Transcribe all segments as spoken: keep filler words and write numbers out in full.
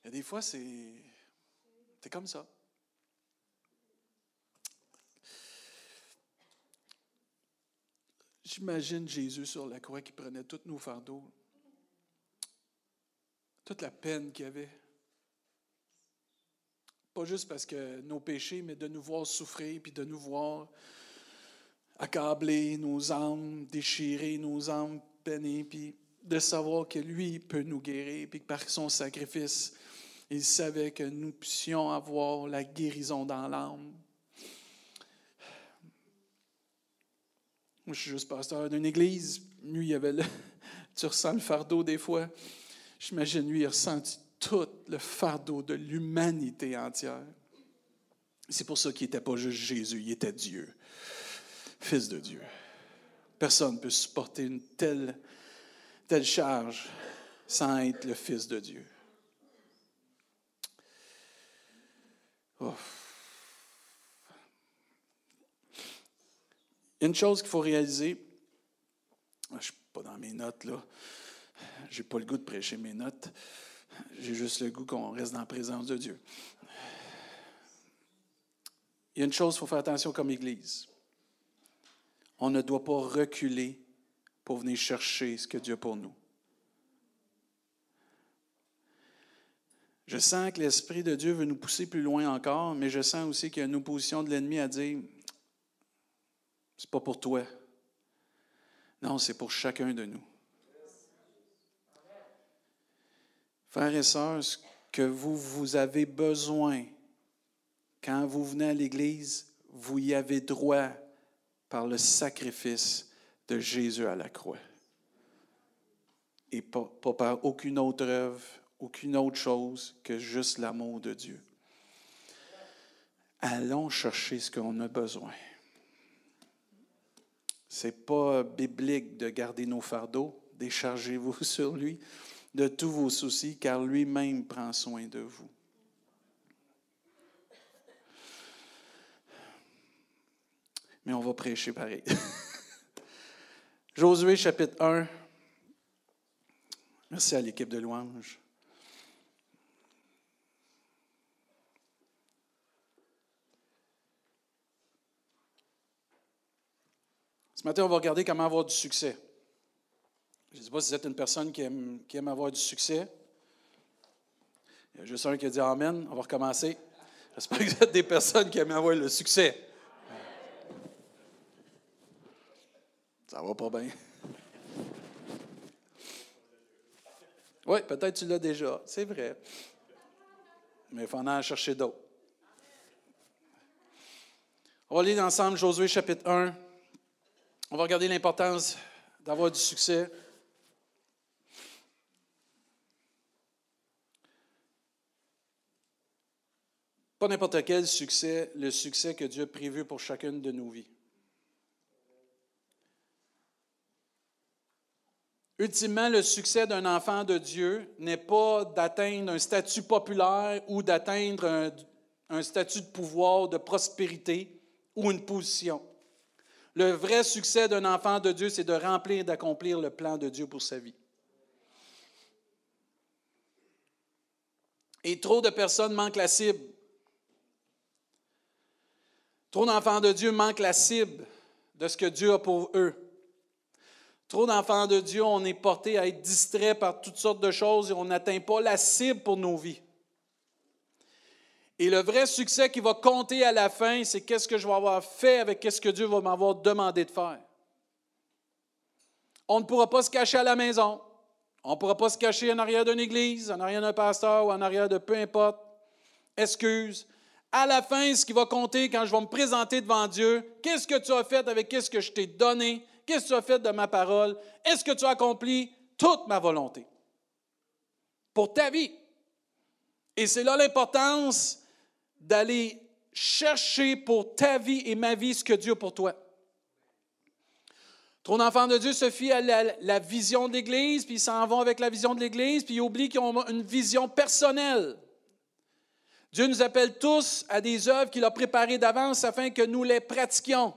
Il y a des fois, c'est, c'est comme ça. J'imagine Jésus sur la croix qui prenait tous nos fardeaux, toute la peine qu'il y avait. Pas juste parce que nos péchés, mais de nous voir souffrir, puis de nous voir accabler nos âmes, déchirer nos âmes, peiner, puis de savoir que lui peut nous guérir, puis que par son sacrifice, il savait que nous puissions avoir la guérison dans l'âme. Moi, je suis juste pasteur d'une église. Lui, il y avait le, tu ressens le fardeau des fois. J'imagine, lui, il a ressenti tout le fardeau de l'humanité entière. C'est pour ça qu'il n'était pas juste Jésus, il était Dieu, Fils de Dieu. Personne ne peut supporter une telle, telle charge sans être le Fils de Dieu. Oh. Il y a une chose qu'il faut réaliser. Je ne suis pas dans mes notes, là. Je n'ai pas le goût de prêcher mes notes. J'ai juste le goût qu'on reste dans la présence de Dieu. Il y a une chose qu'il faut faire attention comme Église. On ne doit pas reculer pour venir chercher ce que Dieu a pour nous. Je sens que l'Esprit de Dieu veut nous pousser plus loin encore, mais je sens aussi qu'il y a une opposition de l'ennemi à dire « c'est pas pour toi ». Non, c'est pour chacun de nous. Frères et sœurs, ce que vous, vous avez besoin, quand vous venez à l'Église, vous y avez droit par le sacrifice de Jésus à la croix. Et pas, pas par aucune autre œuvre, aucune autre chose que juste l'amour de Dieu. Allons chercher ce qu'on a besoin. Ce n'est pas biblique de garder nos fardeaux, déchargez-vous sur lui de tous vos soucis, car lui-même prend soin de vous. Mais on va prêcher pareil. Josué, chapitre un. Merci à l'équipe de louange. Ce matin, on va regarder comment avoir du succès. Je ne sais pas si vous êtes une personne qui aime, qui aime avoir du succès. Il y a juste un qui a dit « Amen ». On va recommencer. J'espère que vous êtes des personnes qui aiment avoir le succès. Ça va pas bien. Oui, peut-être tu l'as déjà, c'est vrai. Mais il faut en aller chercher d'autres. On va lire ensemble Josué chapitre un. On va regarder l'importance d'avoir du succès. Pas n'importe quel succès, le succès que Dieu a prévu pour chacune de nos vies. Ultimement, le succès d'un enfant de Dieu n'est pas d'atteindre un statut populaire ou d'atteindre un, un statut de pouvoir, de prospérité ou une position. Le vrai succès d'un enfant de Dieu, c'est de remplir et d'accomplir le plan de Dieu pour sa vie. Et trop de personnes manquent la cible. Trop d'enfants de Dieu manquent la cible de ce que Dieu a pour eux. Trop d'enfants de Dieu, on est porté à être distraits par toutes sortes de choses et on n'atteint pas la cible pour nos vies. Et le vrai succès qui va compter à la fin, c'est qu'est-ce que je vais avoir fait avec qu'est-ce que Dieu va m'avoir demandé de faire. On ne pourra pas se cacher à la maison. On ne pourra pas se cacher en arrière d'une église, en arrière d'un pasteur ou en arrière de peu importe. Excuse. À la fin, ce qui va compter quand je vais me présenter devant Dieu, qu'est-ce que tu as fait avec qu'est-ce que je t'ai donné? Qu'est-ce que tu as fait de ma parole? Est-ce que tu as accompli toute ma volonté pour ta vie? Et c'est là l'importance d'aller chercher pour ta vie et ma vie ce que Dieu a pour toi. Trop d'enfants de Dieu se fient à la, la vision de l'Église, puis ils s'en vont avec la vision de l'Église, puis ils oublient qu'ils ont une vision personnelle. Dieu nous appelle tous à des œuvres qu'il a préparées d'avance afin que nous les pratiquions.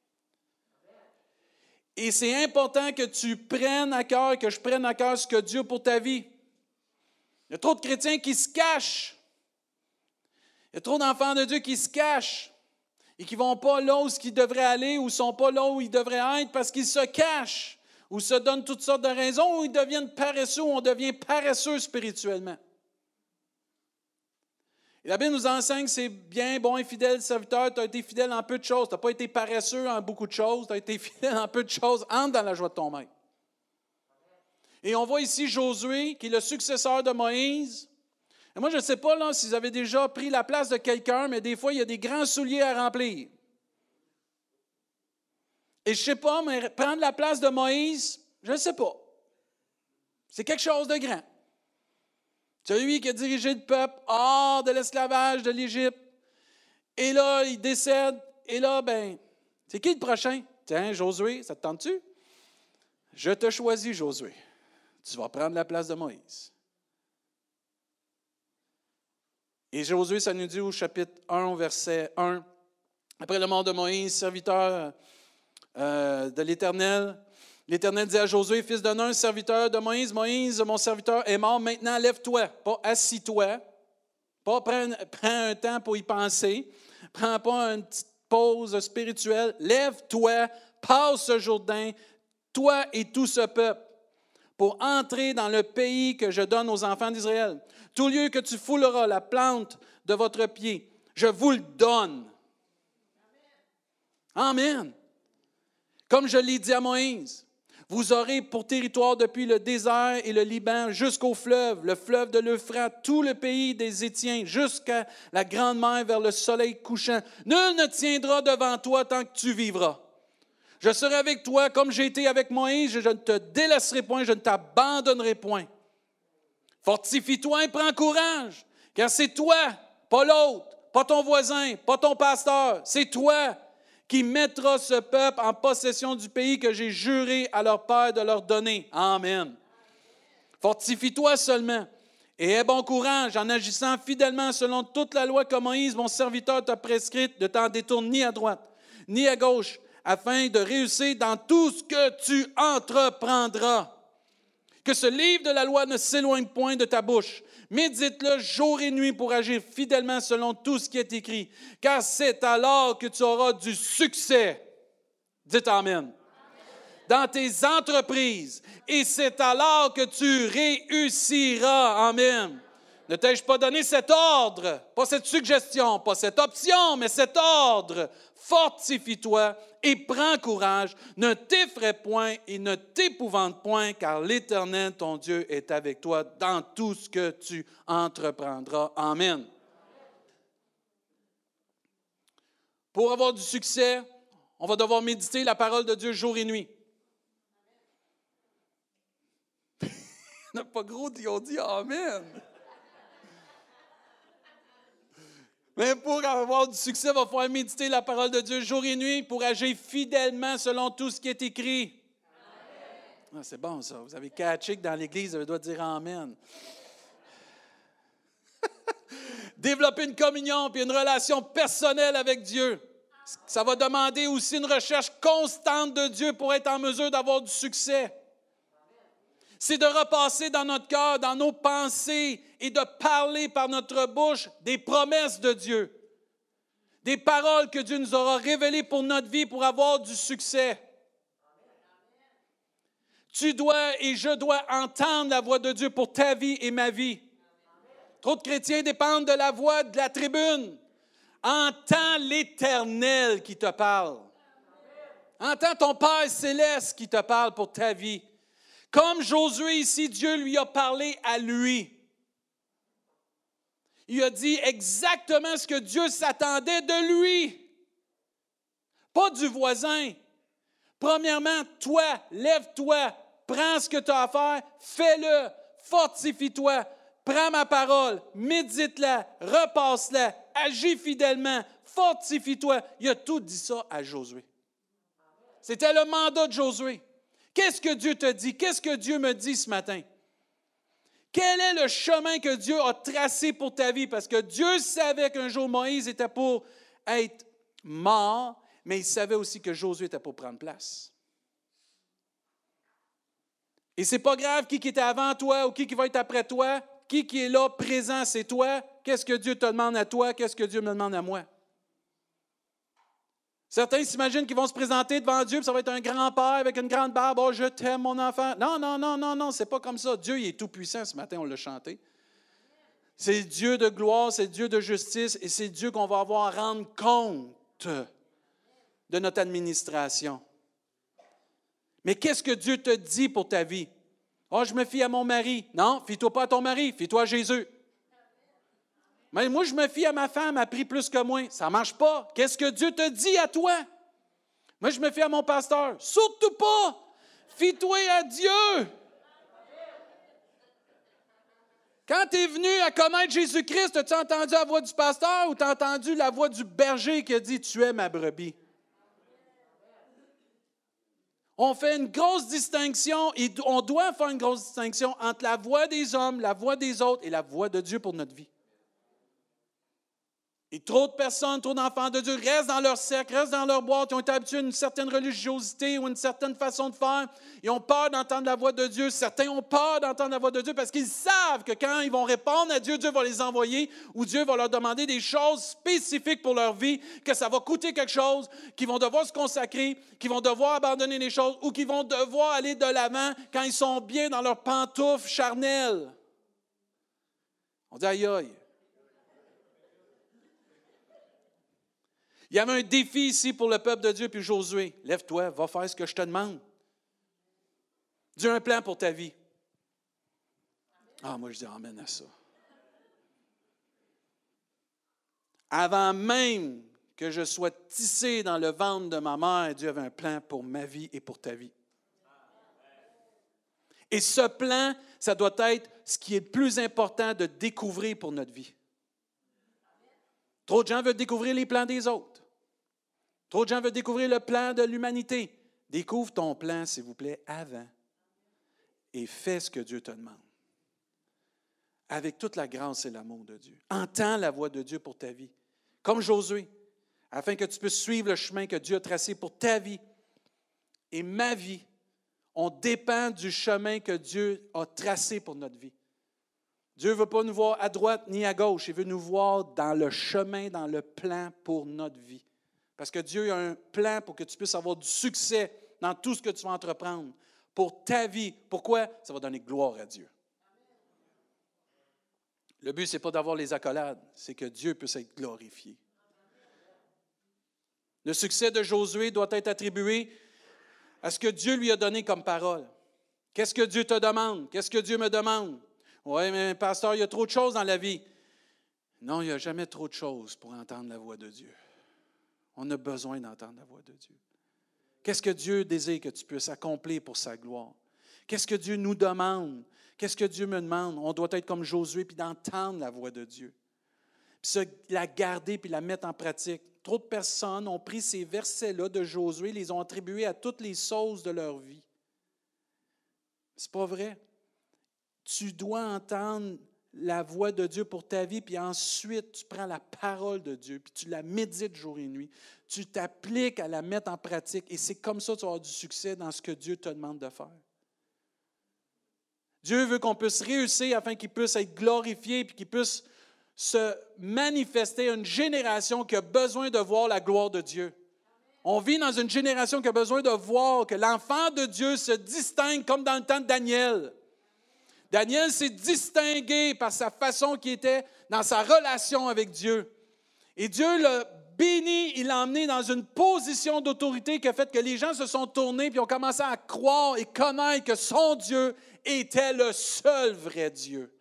Et c'est important que tu prennes à cœur, que je prenne à cœur ce que Dieu a pour ta vie. Il y a trop de chrétiens qui se cachent. Il y a trop d'enfants de Dieu qui se cachent et qui ne vont pas là où ils devraient aller ou ne sont pas là où ils devraient être parce qu'ils se cachent ou se donnent toutes sortes de raisons ou ils deviennent paresseux ou on devient paresseux spirituellement. Et la Bible nous enseigne que c'est bien, bon et fidèle serviteur, tu as été fidèle en peu de choses, tu n'as pas été paresseux en beaucoup de choses, tu as été fidèle en peu de choses, entre dans la joie de ton maître. Et on voit ici Josué, qui est le successeur de Moïse. Et moi, je ne sais pas là, si vous avez déjà pris la place de quelqu'un, mais des fois, il y a des grands souliers à remplir. Et je ne sais pas, mais prendre la place de Moïse, je ne sais pas. C'est quelque chose de grand. Celui qui a dirigé le peuple hors de l'esclavage de l'Égypte. Et là, il décède. Et là, ben, c'est qui le prochain? Tiens, Josué, ça te tente-tu? Je te choisis, Josué. Tu vas prendre la place de Moïse. Et Josué, ça nous dit au chapitre un, au verset un. Après le mort de Moïse, serviteur euh, de l'Éternel, l'Éternel dit à Josué, fils de Nun, serviteur de Moïse, Moïse, mon serviteur est mort, maintenant lève-toi, pas assis-toi, pas prends, prends un temps pour y penser, prends pas une petite pause spirituelle, lève-toi, passe ce Jourdain, toi et tout ce peuple, pour entrer dans le pays que je donne aux enfants d'Israël. Tout lieu que tu fouleras la plante de votre pied, je vous le donne. Amen. Comme je l'ai dit à Moïse, vous aurez pour territoire depuis le désert et le Liban jusqu'au fleuve, le fleuve de l'Euphrate, tout le pays des Hétiens, jusqu'à la grande mer vers le soleil couchant. Nul ne tiendra devant toi tant que tu vivras. Je serai avec toi comme j'ai été avec Moïse, je ne te délaisserai point, je ne t'abandonnerai point. Fortifie-toi et prends courage, car c'est toi, pas l'autre, pas ton voisin, pas ton pasteur, c'est toi qui mettras ce peuple en possession du pays que j'ai juré à leur père de leur donner. Amen. Fortifie-toi seulement et aie bon courage en agissant fidèlement selon toute la loi que Moïse, mon serviteur, t'a prescrite, de t'en détourner ni à droite, ni à gauche, afin de réussir dans tout ce que tu entreprendras. Que ce livre de la loi ne s'éloigne point de ta bouche. Médite-le jour et nuit pour agir fidèlement selon tout ce qui est écrit, car c'est alors que tu auras du succès. Dites Amen. Amen. Dans tes entreprises, et c'est alors que tu réussiras. Amen. Ne t'ai-je pas donné cet ordre, pas cette suggestion, pas cette option, mais cet ordre. Fortifie-toi et prends courage, ne t'effraie point et ne t'épouvante point, car l'Éternel, ton Dieu, est avec toi dans tout ce que tu entreprendras. Amen. Pour avoir du succès, on va devoir méditer la parole de Dieu jour et nuit. Il n'y en a pas gros qui ont dit Amen. Mais pour avoir du succès, il va falloir méditer la parole de Dieu jour et nuit pour agir fidèlement selon tout ce qui est écrit. Ah, c'est bon ça. Vous avez catché que dans l'Église, vous doit dire Amen. Développer une communion et une relation personnelle avec Dieu. Ça va demander aussi une recherche constante de Dieu pour être en mesure d'avoir du succès. C'est de repasser dans notre cœur, dans nos pensées et de parler par notre bouche des promesses de Dieu. Des paroles que Dieu nous aura révélées pour notre vie pour avoir du succès. Tu dois et je dois entendre la voix de Dieu pour ta vie et ma vie. Trop de chrétiens dépendent de la voix de la tribune. Entends l'Éternel qui te parle. Entends ton Père céleste qui te parle pour ta vie. Comme Josué ici, Dieu lui a parlé à lui. Il a dit exactement ce que Dieu s'attendait de lui. Pas du voisin. Premièrement, toi, lève-toi, prends ce que tu as à faire, fais-le, fortifie-toi, prends ma parole, médite-la, repasse-la, agis fidèlement, fortifie-toi. Il a tout dit ça à Josué. C'était le mandat de Josué. Qu'est-ce que Dieu te dit? Qu'est-ce que Dieu me dit ce matin? Quel est le chemin que Dieu a tracé pour ta vie? Parce que Dieu savait qu'un jour Moïse était pour être mort, mais il savait aussi que Josué était pour prendre place. Et ce n'est pas grave qui était avant toi ou qui va être après toi. Qui qui est là, présent, c'est toi. Qu'est-ce que Dieu te demande à toi? Qu'est-ce que Dieu me demande à moi? Certains s'imaginent qu'ils vont se présenter devant Dieu, puis ça va être un grand-père avec une grande barbe. « Oh, je t'aime, mon enfant. » Non, non, non, non, non, c'est pas comme ça. Dieu, il est tout-puissant. Ce matin, on l'a chanté. C'est Dieu de gloire, c'est Dieu de justice, et c'est Dieu qu'on va avoir à rendre compte de notre administration. Mais qu'est-ce que Dieu te dit pour ta vie? « Oh, je me fie à mon mari. » Non, fie-toi pas à ton mari, fie-toi à Jésus. Mais moi, je me fie à ma femme, elle prie plus que moi. Ça ne marche pas. Qu'est-ce que Dieu te dit à toi? Moi, je me fie à mon pasteur. Surtout pas. Fie-toi à Dieu. Quand tu es venu à connaître Jésus-Christ, as-tu entendu la voix du pasteur ou tu as entendu la voix du berger qui a dit « Tu es ma brebis ». On fait une grosse distinction, et on doit faire une grosse distinction entre la voix des hommes, la voix des autres et la voix de Dieu pour notre vie. Et trop de personnes, trop d'enfants de Dieu restent dans leur cercle, restent dans leur boîte, ils ont été habitués à une certaine religiosité ou une certaine façon de faire. Ils ont peur d'entendre la voix de Dieu. Certains ont peur d'entendre la voix de Dieu parce qu'ils savent que quand ils vont répondre à Dieu, Dieu va les envoyer ou Dieu va leur demander des choses spécifiques pour leur vie, que ça va coûter quelque chose, qu'ils vont devoir se consacrer, qu'ils vont devoir abandonner les choses ou qu'ils vont devoir aller de l'avant quand ils sont bien dans leurs pantoufles charnelles. On dit aïe aïe. Il y avait un défi ici pour le peuple de Dieu, puis Josué, lève-toi, va faire ce que je te demande. Dieu a un plan pour ta vie. Ah, moi je dis amen à ça. Avant même que je sois tissé dans le ventre de ma mère, Dieu avait un plan pour ma vie et pour ta vie. Et ce plan, ça doit être ce qui est le plus important de découvrir pour notre vie. Trop de gens veulent découvrir les plans des autres. Trop de gens veulent découvrir le plan de l'humanité. Découvre ton plan, s'il vous plaît, avant. Et fais ce que Dieu te demande. Avec toute la grâce et l'amour de Dieu. Entends la voix de Dieu pour ta vie. Comme Josué, afin que tu puisses suivre le chemin que Dieu a tracé pour ta vie. Et ma vie, on dépend du chemin que Dieu a tracé pour notre vie. Dieu ne veut pas nous voir à droite ni à gauche. Il veut nous voir dans le chemin, dans le plan pour notre vie. Parce que Dieu a un plan pour que tu puisses avoir du succès dans tout ce que tu vas entreprendre. Pour ta vie. Pourquoi? Ça va donner gloire à Dieu. Le but, ce n'est pas d'avoir les accolades, c'est que Dieu puisse être glorifié. Le succès de Josué doit être attribué à ce que Dieu lui a donné comme parole. Qu'est-ce que Dieu te demande? Qu'est-ce que Dieu me demande? Oui, mais pasteur, il y a trop de choses dans la vie. Non, il n'y a jamais trop de choses pour entendre la voix de Dieu. On a besoin d'entendre la voix de Dieu. Qu'est-ce que Dieu désire que tu puisses accomplir pour sa gloire? Qu'est-ce que Dieu nous demande? Qu'est-ce que Dieu me demande? On doit être comme Josué puis d'entendre la voix de Dieu. Puis se, la garder puis la mettre en pratique. Trop de personnes ont pris ces versets-là de Josué, les ont attribués à toutes les choses de leur vie. C'est pas vrai. Tu dois entendre la voix de Dieu pour ta vie, puis ensuite, tu prends la parole de Dieu, puis tu la médites jour et nuit. Tu t'appliques à la mettre en pratique, et c'est comme ça que tu vas avoir du succès dans ce que Dieu te demande de faire. Dieu veut qu'on puisse réussir afin qu'il puisse être glorifié, puis qu'il puisse se manifester à une génération qui a besoin de voir la gloire de Dieu. On vit dans une génération qui a besoin de voir que l'enfant de Dieu se distingue comme dans le temps de Daniel. Daniel s'est distingué par sa façon qui était dans sa relation avec Dieu. Et Dieu l'a béni, il l'a emmené dans une position d'autorité qui a fait que les gens se sont tournés et ont commencé à croire et connaître que son Dieu était le seul vrai Dieu.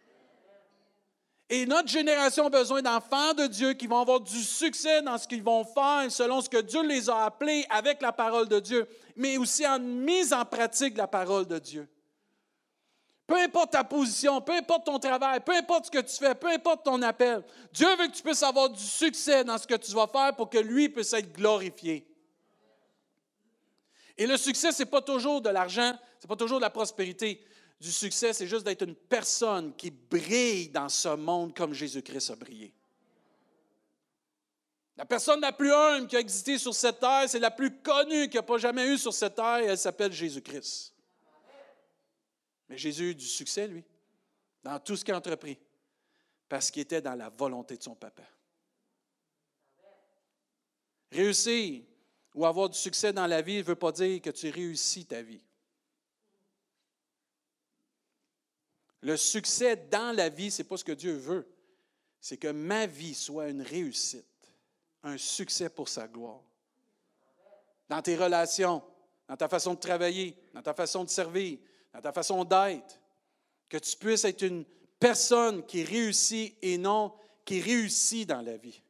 Et notre génération a besoin d'enfants de Dieu qui vont avoir du succès dans ce qu'ils vont faire selon ce que Dieu les a appelés avec la parole de Dieu, mais aussi en mise en pratique de la parole de Dieu. Peu importe ta position, peu importe ton travail, peu importe ce que tu fais, peu importe ton appel, Dieu veut que tu puisses avoir du succès dans ce que tu vas faire pour que lui puisse être glorifié. Et le succès, ce n'est pas toujours de l'argent, ce n'est pas toujours de la prospérité. Du succès, c'est juste d'être une personne qui brille dans ce monde comme Jésus-Christ a brillé. La personne la plus humble qui a existé sur cette terre, c'est la plus connue qu'il n'y a pas jamais eu sur cette terre, et elle s'appelle Jésus-Christ. Mais Jésus a eu du succès, lui. dans tout ce qu'il a entrepris, parce qu'il était dans la volonté de son papa. Réussir ou avoir du succès dans la vie ne veut pas dire que tu réussis ta vie. Le succès dans la vie, ce n'est pas ce que Dieu veut. C'est que ma vie soit une réussite, un succès pour sa gloire. Dans tes relations, dans ta façon de travailler, dans ta façon de servir, dans ta façon d'être, que tu puisses être une personne qui réussit et non qui réussit dans la vie.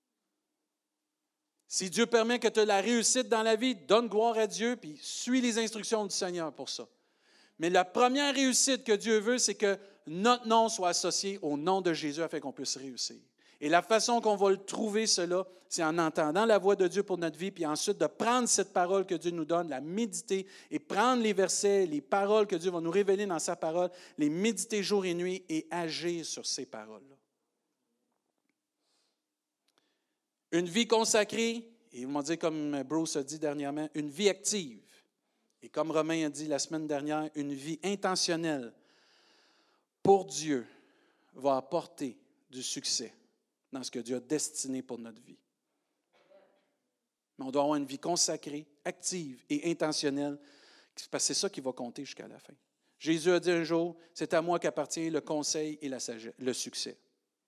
Si Dieu permet que tu aies la réussite dans la vie, donne gloire à Dieu, puis suis les instructions du Seigneur pour ça. Mais la première réussite que Dieu veut, c'est que notre nom soit associé au nom de Jésus afin qu'on puisse réussir. Et la façon qu'on va le trouver, cela, c'est en entendant la voix de Dieu pour notre vie, puis ensuite de prendre cette parole que Dieu nous donne, la méditer et prendre les versets, les paroles que Dieu va nous révéler dans sa parole, les méditer jour et nuit et agir sur ces paroles-là. Une vie consacrée, et ils m'ont dit comme Bruce a dit dernièrement, une vie active. Et comme Romain a dit la semaine dernière, une vie intentionnelle pour Dieu va apporter du succès dans ce que Dieu a destiné pour notre vie. Mais on doit avoir une vie consacrée, active et intentionnelle, parce que c'est ça qui va compter jusqu'à la fin. Jésus a dit un jour, c'est à moi qu'appartient le conseil et la sagesse, le succès.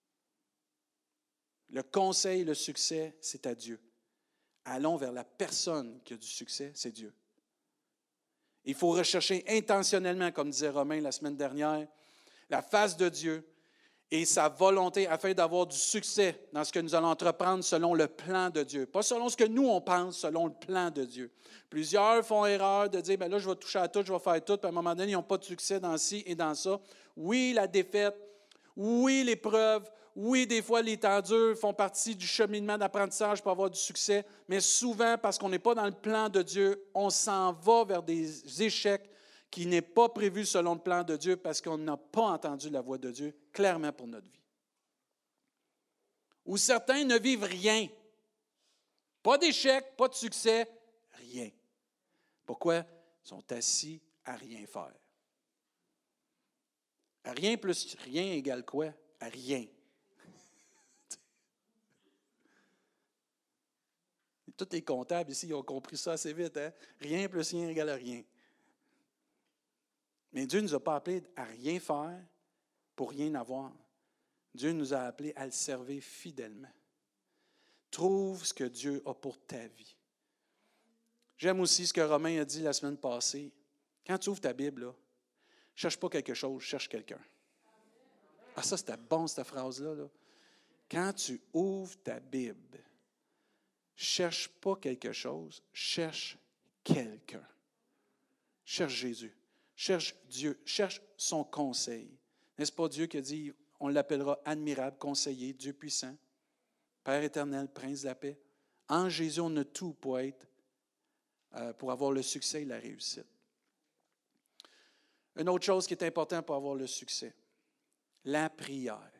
Le conseil et le succès, c'est à Dieu. Allons vers la personne qui a du succès, c'est Dieu. Il faut rechercher intentionnellement, comme disait Romain la semaine dernière, la face de Dieu et sa volonté afin d'avoir du succès dans ce que nous allons entreprendre selon le plan de Dieu. Pas selon ce que nous, on pense, selon le plan de Dieu. Plusieurs font erreur de dire, bien là, je vais toucher à tout, je vais faire tout, puis à un moment donné, ils n'ont pas de succès dans ci et dans ça. Oui, la défaite, oui, l'épreuve, oui, des fois, les temps durs font partie du cheminement d'apprentissage pour avoir du succès, mais souvent, parce qu'on n'est pas dans le plan de Dieu, on s'en va vers des échecs qui n'est pas prévu selon le plan de Dieu parce qu'on n'a pas entendu la voix de Dieu clairement pour notre vie. Ou certains ne vivent rien. Pas d'échec, pas de succès, rien. Pourquoi? Ils sont assis à rien faire. À rien plus rien égale quoi? À rien. Tous les comptables ici, ils ont compris ça assez vite. Hein? Rien plus rien égale à rien. Mais Dieu ne nous a pas appelés à rien faire pour rien avoir. Dieu nous a appelés à le servir fidèlement. Trouve ce que Dieu a pour ta vie. J'aime aussi ce que Romain a dit la semaine passée. Quand tu ouvres ta Bible, là, cherche pas quelque chose, cherche quelqu'un. Ah, ça, c'était bon, cette phrase-là. Là. Quand tu ouvres ta Bible, cherche pas quelque chose, cherche quelqu'un. Cherche Jésus. Cherche Dieu, cherche son conseil. N'est-ce pas Dieu qui a dit, on l'appellera admirable, conseiller, Dieu puissant, Père éternel, Prince de la paix. En Jésus, on a tout pour être, euh, pour avoir le succès et la réussite. Une autre chose qui est importante pour avoir le succès, la prière.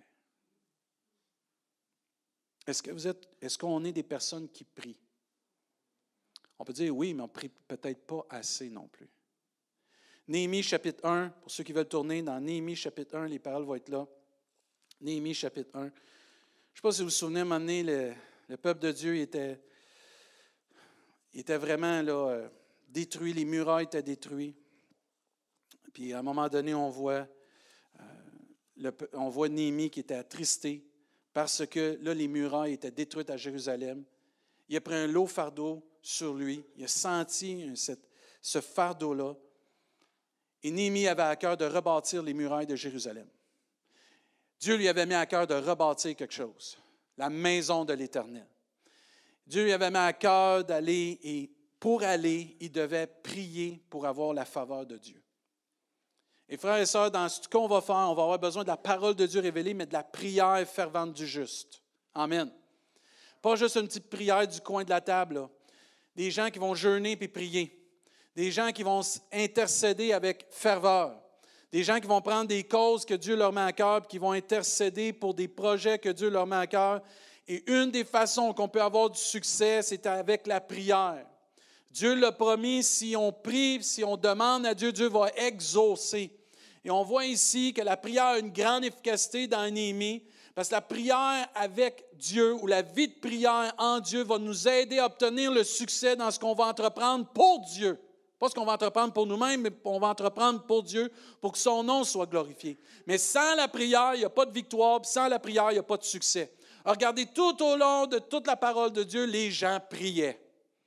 Est-ce que vous êtes, est-ce qu'on est des personnes qui prient? On peut dire oui, mais on ne prie peut-être pas assez non plus. Néhémie chapitre un, pour ceux qui veulent tourner dans Néhémie chapitre un, les paroles vont être là. Néhémie chapitre un. Je ne sais pas si vous vous souvenez, à un moment donné, le, le peuple de Dieu était, était vraiment là, euh, détruit, les murailles étaient détruites. Puis à un moment donné, on voit, euh, le, on voit Néhémie qui était attristé parce que là, les murailles étaient détruites à Jérusalem. Il a pris un lourd fardeau sur lui. Il a senti cette, ce fardeau-là. Et Néhémie avait à cœur de rebâtir les murailles de Jérusalem. Dieu lui avait mis à cœur de rebâtir quelque chose, la maison de l'Éternel. Dieu lui avait mis à cœur d'aller, et pour aller, il devait prier pour avoir la faveur de Dieu. Et frères et sœurs, dans ce qu'on va faire, on va avoir besoin de la parole de Dieu révélée, mais de la prière fervente du juste. Amen. Pas juste une petite prière du coin de la table, là. Des gens qui vont jeûner et prier. Des gens qui vont intercéder avec ferveur. Des gens qui vont prendre des causes que Dieu leur met à cœur et qui vont intercéder pour des projets que Dieu leur met à cœur. Et une des façons qu'on peut avoir du succès, c'est avec la prière. Dieu l'a promis, si on prie, si on demande à Dieu, Dieu va exaucer. Et on voit ici que la prière a une grande efficacité dans Néhémie, parce que la prière avec Dieu ou la vie de prière en Dieu va nous aider à obtenir le succès dans ce qu'on va entreprendre pour Dieu. Pas ce qu'on va entreprendre pour nous-mêmes, mais on va entreprendre pour Dieu, pour que son nom soit glorifié. Mais sans la prière, il n'y a pas de victoire, puis sans la prière, il n'y a pas de succès. Alors, regardez, tout au long de toute la parole de Dieu, les gens priaient.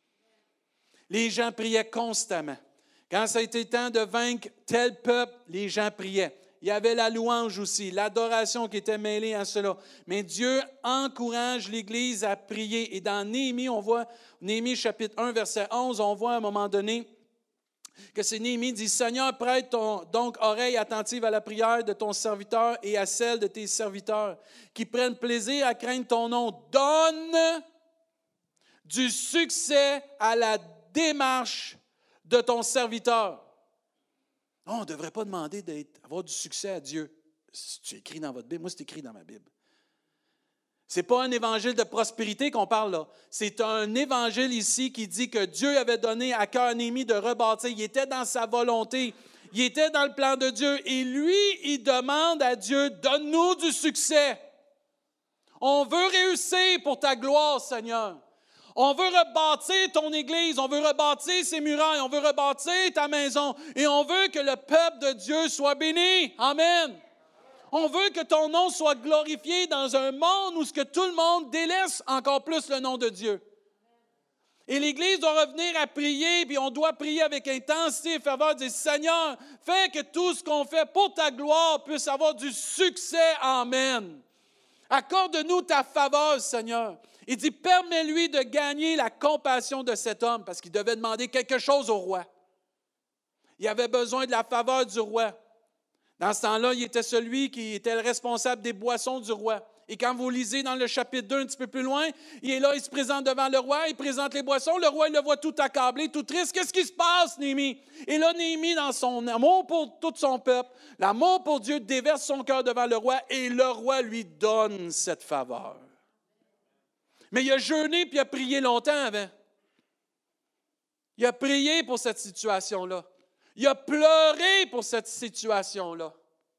Les gens priaient constamment. Quand ça a été temps de vaincre tel peuple, les gens priaient. Il y avait la louange aussi, l'adoration qui était mêlée à cela. Mais Dieu encourage l'Église à prier. Et dans Néhémie, on voit, Néhémie chapitre un, verset onze, on voit à un moment donné que c'est Néhémie dit, « Seigneur, prête ton, donc oreille attentive à la prière de ton serviteur et à celle de tes serviteurs, qui prennent plaisir à craindre ton nom. Donne du succès à la démarche de ton serviteur. » Non, on ne devrait pas demander d'avoir du succès à Dieu. C'est écrit dans votre Bible. Moi, c'est écrit dans ma Bible. Ce n'est pas un évangile de prospérité qu'on parle là. C'est un évangile ici qui dit que Dieu avait donné à cœur Néhémie de rebâtir. Il était dans sa volonté. Il était dans le plan de Dieu. Et lui, il demande à Dieu, donne-nous du succès. On veut réussir pour ta gloire, Seigneur. On veut rebâtir ton Église, on veut rebâtir ses murailles, on veut rebâtir ta maison et on veut que le peuple de Dieu soit béni. Amen. On veut que ton nom soit glorifié dans un monde où ce que tout le monde délaisse encore plus le nom de Dieu. Et l'Église doit revenir à prier, puis on doit prier avec intensité et ferveur, dire, Seigneur, fais que tout ce qu'on fait pour ta gloire puisse avoir du succès. Amen. Accorde-nous ta faveur, Seigneur. Il dit, permets-lui de gagner la compassion de cet homme, parce qu'il devait demander quelque chose au roi. Il avait besoin de la faveur du roi. Dans ce temps-là, il était celui qui était le responsable des boissons du roi. Et quand vous lisez dans le chapitre deux, un petit peu plus loin, il est là, il se présente devant le roi, il présente les boissons, le roi, il le voit tout accablé, tout triste. Qu'est-ce qui se passe, Néhémie? Et là, Néhémie, dans son amour pour tout son peuple, l'amour pour Dieu, déverse son cœur devant le roi, et le roi lui donne cette faveur. Mais il a jeûné puis il a prié longtemps avant. Il a prié pour cette situation-là. Il a pleuré pour cette situation-là.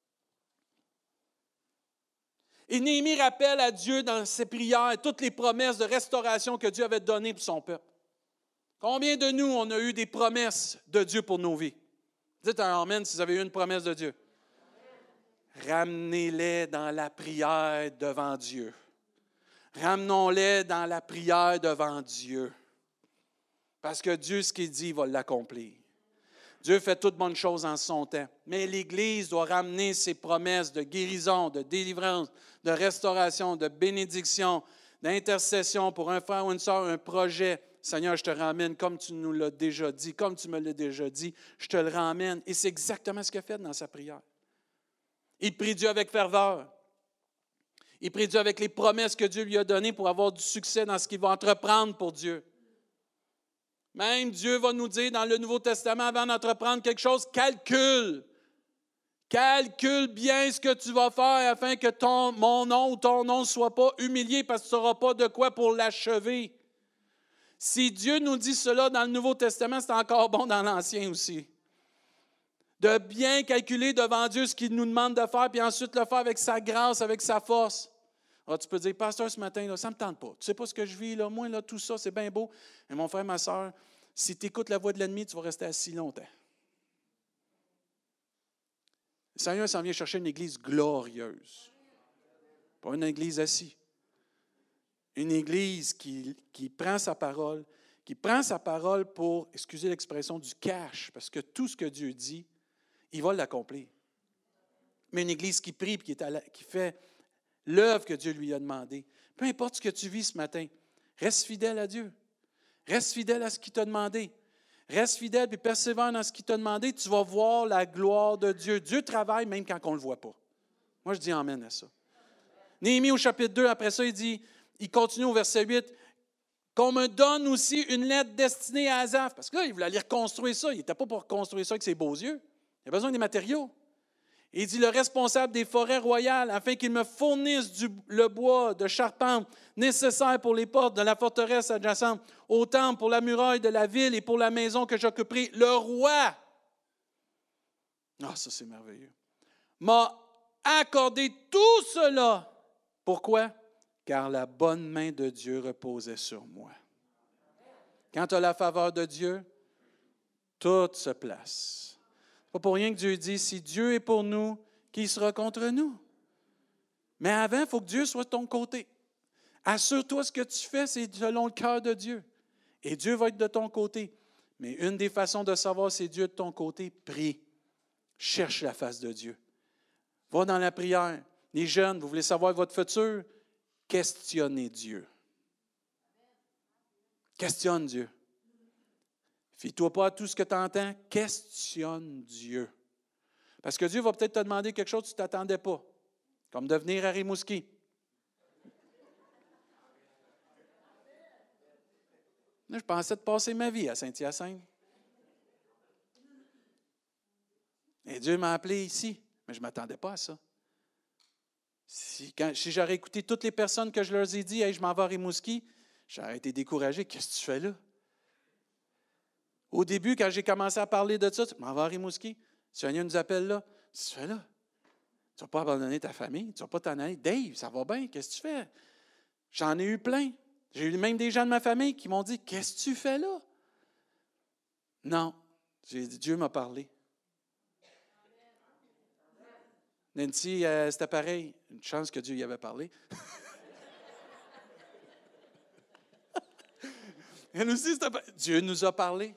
Et Néhémie rappelle à Dieu dans ses prières toutes les promesses de restauration que Dieu avait données pour son peuple. Combien de nous, on a eu des promesses de Dieu pour nos vies? Dites un amen si vous avez eu une promesse de Dieu. Ramenez-les dans la prière devant Dieu. Ramenons-les dans la prière devant Dieu. Parce que Dieu, ce qu'il dit, il va l'accomplir. Dieu fait toutes bonnes choses en son temps. Mais l'Église doit ramener ses promesses de guérison, de délivrance, de restauration, de bénédiction, d'intercession pour un frère ou une sœur, un projet. Seigneur, je te ramène comme tu nous l'as déjà dit, comme tu me l'as déjà dit, je te le ramène. Et c'est exactement ce qu'il a fait dans sa prière. Il prie Dieu avec ferveur. Il prie Dieu avec les promesses que Dieu lui a données pour avoir du succès dans ce qu'il va entreprendre pour Dieu. Même Dieu va nous dire dans le Nouveau Testament, avant d'entreprendre quelque chose, calcule. Calcule bien ce que tu vas faire afin que ton, mon nom ou ton nom ne soit pas humilié parce que tu n'auras pas de quoi pour l'achever. Si Dieu nous dit cela dans le Nouveau Testament, c'est encore bon dans l'Ancien aussi. De bien calculer devant Dieu ce qu'il nous demande de faire, puis ensuite le faire avec sa grâce, avec sa force. Alors, tu peux dire, pasteur, ce matin, là, ça ne me tente pas. Tu ne sais pas ce que je vis, là, moi, là, tout ça, c'est bien beau. Mais mon frère, ma soeur, si tu écoutes la voix de l'ennemi, tu vas rester assis longtemps. Le Seigneur s'en vient chercher une église glorieuse. Pas une église assise. Une église qui, qui prend sa parole, qui prend sa parole pour, excusez l'expression, du cash, parce que tout ce que Dieu dit, il va l'accomplir. Mais une église qui prie et qui, est à la, qui fait l'œuvre que Dieu lui a demandée. Peu importe ce que tu vis ce matin, reste fidèle à Dieu. Reste fidèle à ce qu'il t'a demandé. Reste fidèle et persévère dans ce qu'il t'a demandé. Tu vas voir la gloire de Dieu. Dieu travaille même quand on ne le voit pas. Moi, je dis amen à ça. Néhémie au chapitre deux, après ça, il dit, il continue au verset huit, qu'on me donne aussi une lettre destinée à Asaph. Parce que là, il voulait aller reconstruire ça. Il n'était pas pour reconstruire ça avec ses beaux yeux. Il a besoin des matériaux. Il dit, le responsable des forêts royales, afin qu'il me fournisse du, le bois de charpente nécessaire pour les portes de la forteresse adjacente, au temple, pour la muraille de la ville et pour la maison que j'occuperai. Le roi. Ah, ça c'est merveilleux. m'a accordé tout cela. Pourquoi? Car la bonne main de Dieu reposait sur moi. Quand tu as la faveur de Dieu, tout se place. C'est pas pour rien que Dieu dit, si Dieu est pour nous, qui sera contre nous? Mais avant, il faut que Dieu soit de ton côté. Assure-toi ce que tu fais, c'est selon le cœur de Dieu. Et Dieu va être de ton côté. Mais une des façons de savoir si Dieu est de ton côté, prie. Cherche la face de Dieu. Va dans la prière. Les jeunes, vous voulez savoir votre futur? Questionnez Dieu. Questionne Dieu. Fie-toi pas à tout ce que tu entends. Questionne Dieu. Parce que Dieu va peut-être te demander quelque chose que tu ne t'attendais pas. Comme de venir à Rimouski. Là, je pensais de passer ma vie à Saint-Hyacinthe. Et Dieu m'a appelé ici, mais je ne m'attendais pas à ça. Si, quand, si j'aurais écouté toutes les personnes que je leur ai dit, hey, je m'en vais à Rimouski, j'aurais été découragé. Qu'est-ce que tu fais là? Au début, quand j'ai commencé à parler de ça, tu m'en vas à Rimouski. Le Seigneur nous appelle là. Qu'est-ce que tu fais là? Tu ne vas pas abandonner ta famille, tu ne vas pas t'en aller. Dave, ça va bien, qu'est-ce que tu fais? J'en ai eu plein. J'ai eu même des gens de ma famille qui m'ont dit, qu'est-ce que tu fais là? Non, j'ai dit, Dieu m'a parlé. Nancy, euh, c'était pareil. Une chance que Dieu y avait parlé. Elle aussi, c'était pareil. Dieu nous a parlé.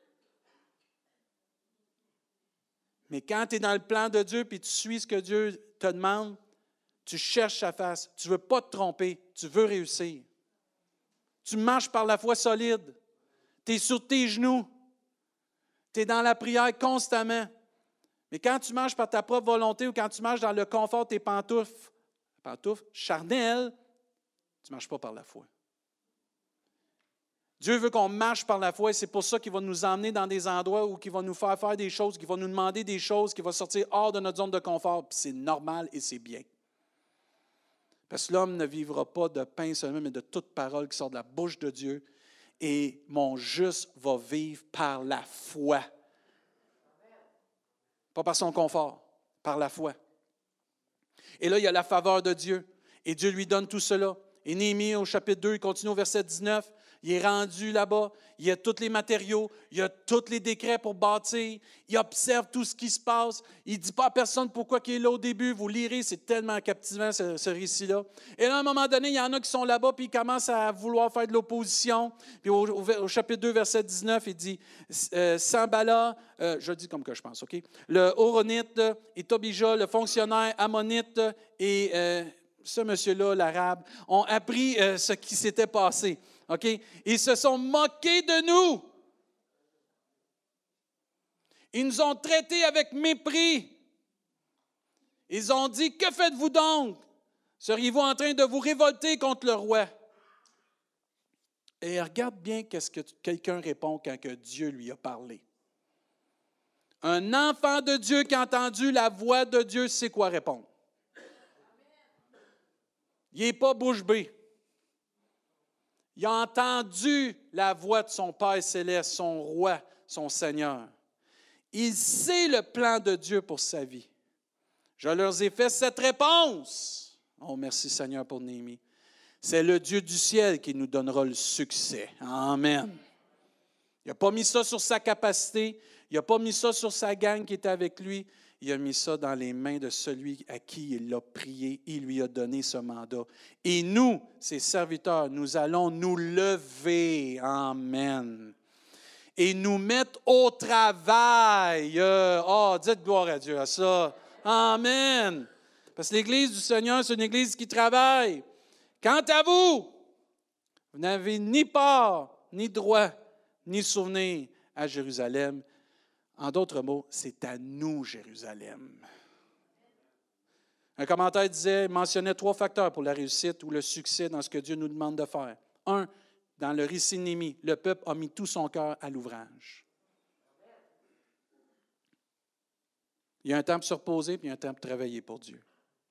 Mais quand tu es dans le plan de Dieu et tu suis ce que Dieu te demande, tu cherches sa face. Tu ne veux pas te tromper. Tu veux réussir. Tu marches par la foi solide. Tu es sur tes genoux. Tu es dans la prière constamment. Mais quand tu marches par ta propre volonté ou quand tu marches dans le confort de tes pantoufles, pantoufles charnelles, tu ne marches pas par la foi. Dieu veut qu'on marche par la foi et c'est pour ça qu'il va nous emmener dans des endroits où il va nous faire faire des choses, qu'il va nous demander des choses, qu'il va sortir hors de notre zone de confort. Puis c'est normal et c'est bien. Parce que l'homme ne vivra pas de pain seulement, mais de toute parole qui sort de la bouche de Dieu. Et mon juste va vivre par la foi. Pas par son confort, par la foi. Et là, il y a la faveur de Dieu. Et Dieu lui donne tout cela. Et Néhémie, au chapitre deux, il continue au verset dix-neuf. Il est rendu là-bas. Il y a tous les matériaux. Il y a tous les décrets pour bâtir. Il observe tout ce qui se passe. Il ne dit pas à personne pourquoi il est là au début. Vous lirez, c'est tellement captivant ce, ce récit-là. Et là, à un moment donné, il y en a qui sont là-bas puis ils commencent à vouloir faire de l'opposition. Puis au, au, au chapitre deux, verset dix-neuf, il dit euh, Sambala, euh, je le dis comme que je pense, OK? Le Horonite et Tobija, le fonctionnaire ammonite et euh, ce monsieur-là, l'arabe, ont appris euh, ce qui s'était passé. OK? Ils se sont moqués de nous. Ils nous ont traités avec mépris. Ils ont dit, que faites-vous donc? Seriez-vous en train de vous révolter contre le roi? Et regarde bien qu'est-ce que quelqu'un répond quand que Dieu lui a parlé. Un enfant de Dieu qui a entendu la voix de Dieu sait quoi répondre. Il n'est pas bouche bée. Il a entendu la voix de son Père céleste, son roi, son Seigneur. Il sait le plan de Dieu pour sa vie. Je leur ai fait cette réponse. Oh, merci Seigneur pour Néhémie. C'est le Dieu du ciel qui nous donnera le succès. Amen. Il n'a pas mis ça sur sa capacité. Il n'a pas mis ça sur sa gang qui était avec lui. Il a mis ça dans les mains de celui à qui il a prié. Il lui a donné ce mandat. Et nous, ses serviteurs, nous allons nous lever. Amen. Et nous mettre au travail. Oh, dites gloire à Dieu à ça. Amen. Parce que l'Église du Seigneur, c'est une Église qui travaille. Quant à vous, vous n'avez ni part, ni droit, ni souvenir à Jérusalem. En d'autres mots, c'est à nous, Jérusalem. Un commentaire disait, mentionnait trois facteurs pour la réussite ou le succès dans ce que Dieu nous demande de faire. Un, dans le récit de Néhémie, le peuple a mis tout son cœur à l'ouvrage. Il y a un temps pour se reposer, puis il y a un temps pour travailler pour Dieu.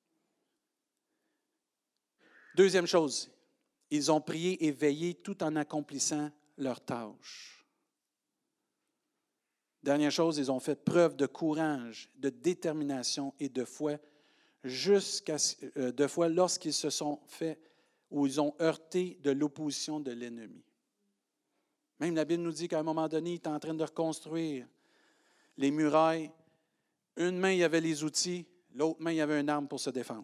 Deuxième chose, ils ont prié et veillé tout en accomplissant leurs tâches. Dernière chose, ils ont fait preuve de courage, de détermination et de foi, jusqu'à euh, de foi lorsqu'ils se sont fait ou ils ont heurté de l'opposition de l'ennemi. Même la Bible nous dit qu'à un moment donné, il est en train de reconstruire les murailles. Une main, il y avait les outils, l'autre main, il y avait une arme pour se défendre.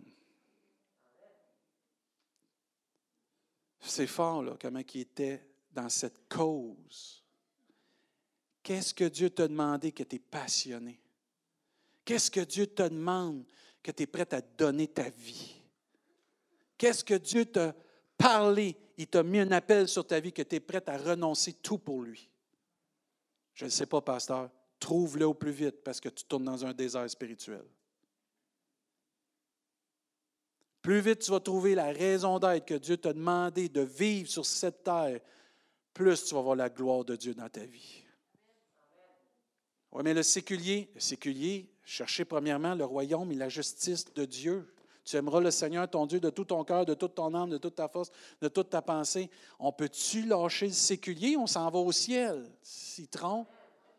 C'est fort, là, comment il était dans cette cause. Qu'est-ce que Dieu t'a demandé que tu es passionné? Qu'est-ce que Dieu te demande que tu es prêt à donner ta vie? Qu'est-ce que Dieu t'a parlé? Il t'a mis un appel sur ta vie que tu es prêt à renoncer tout pour lui. Je ne sais pas, pasteur. Trouve-le au plus vite parce que tu tournes dans un désert spirituel. Plus vite tu vas trouver la raison d'être que Dieu t'a demandé de vivre sur cette terre, plus tu vas voir la gloire de Dieu dans ta vie. Oui, mais le séculier, le séculier, cherchez premièrement le royaume et la justice de Dieu. Tu aimeras le Seigneur, ton Dieu, de tout ton cœur, de toute ton âme, de toute ta force, de toute ta pensée. On peut-tu lâcher le séculier? On s'en va au ciel. S'il trompe.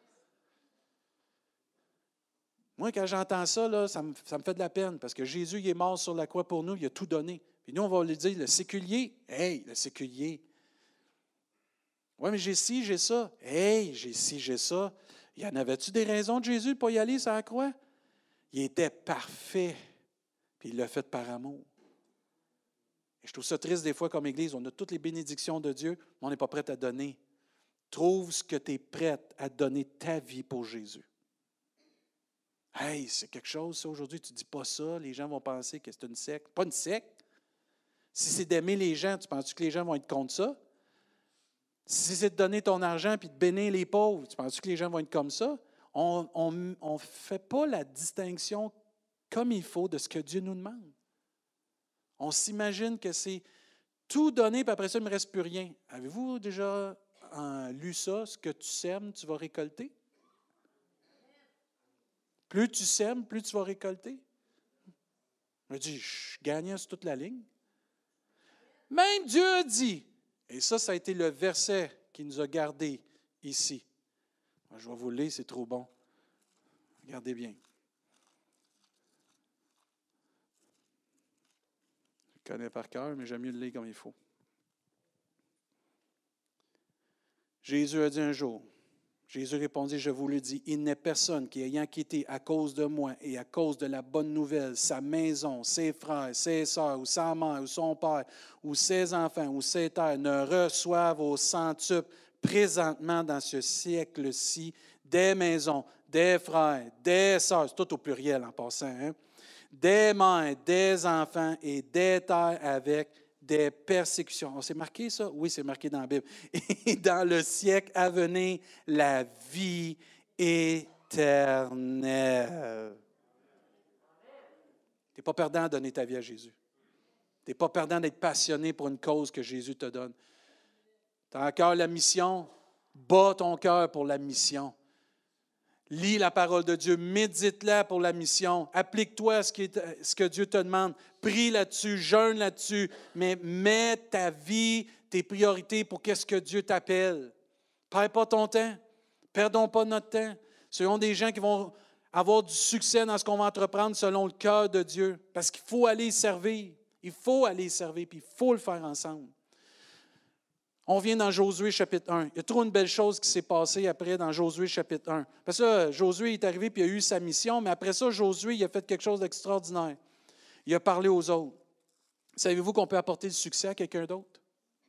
Moi, quand j'entends ça, là, ça, me, ça me fait de la peine parce que Jésus il est mort sur la croix pour nous, il a tout donné. Puis nous, on va lui dire, le séculier, hey, le séculier. Oui, mais j'ai ci, j'ai ça. Hey, j'ai ci, j'ai ça. Y en avait-tu des raisons de Jésus de ne pas y aller sur la croix? Il était parfait, puis il l'a fait par amour. Et je trouve ça triste des fois comme Église, on a toutes les bénédictions de Dieu, mais on n'est pas prêt à donner. Trouve ce que tu es prête à donner ta vie pour Jésus. Hey, c'est quelque chose, ça, aujourd'hui, tu ne dis pas ça, les gens vont penser que c'est une secte. Pas une secte. Si c'est d'aimer les gens, tu penses que les gens vont être contre ça? Si c'est de donner ton argent et de bénir les pauvres, tu penses que les gens vont être comme ça? On ne fait pas la distinction comme il faut de ce que Dieu nous demande. On s'imagine que c'est tout donner, puis après ça, il ne me reste plus rien. Avez-vous déjà euh, lu ça? Ce que tu sèmes, tu vas récolter? Plus tu sèmes, plus tu vas récolter. Je me dis, je gagnais sur toute la ligne. Même Dieu a dit, et ça, ça a été le verset qui nous a gardés ici. Je vais vous le lire, c'est trop bon. Regardez bien. Je le connais par cœur, mais j'aime mieux le lire comme il faut. Jésus a dit un jour, Jésus répondit, je vous le dis, il n'est personne qui, ayant quitté à cause de moi et à cause de la bonne nouvelle, sa maison, ses frères, ses sœurs, ou sa mère, ou son père, ou ses enfants, ou ses terres, ne reçoivent au centuple présentement dans ce siècle-ci des maisons, des frères, des sœurs, c'est tout au pluriel en passant, hein, des mères, des enfants et des terres avec des persécutions. Oh, c'est marqué ça? Oui, c'est marqué dans la Bible. Et dans le siècle à venir, la vie éternelle. Tu n'es pas perdant de donner ta vie à Jésus. Tu n'es pas perdant d'être passionné pour une cause que Jésus te donne. Tu as à cœur la mission, bats ton cœur pour la mission. Lis la parole de Dieu, médite-la pour la mission, applique-toi à ce, qui est, ce que Dieu te demande, prie là-dessus, jeûne là-dessus, mais mets ta vie, tes priorités pour qu'est-ce que Dieu t'appelle. Perds pas ton temps, perdons pas notre temps. Soyons des gens qui vont avoir du succès dans ce qu'on va entreprendre selon le cœur de Dieu, parce qu'il faut aller servir, il faut aller servir, puis il faut le faire ensemble. On vient dans Josué chapitre un. Il y a trop une belle chose qui s'est passée après dans Josué chapitre un. Parce que là, Josué est arrivé et il a eu sa mission, mais après ça, Josué il a fait quelque chose d'extraordinaire. Il a parlé aux autres. Savez-vous qu'on peut apporter du succès à quelqu'un d'autre?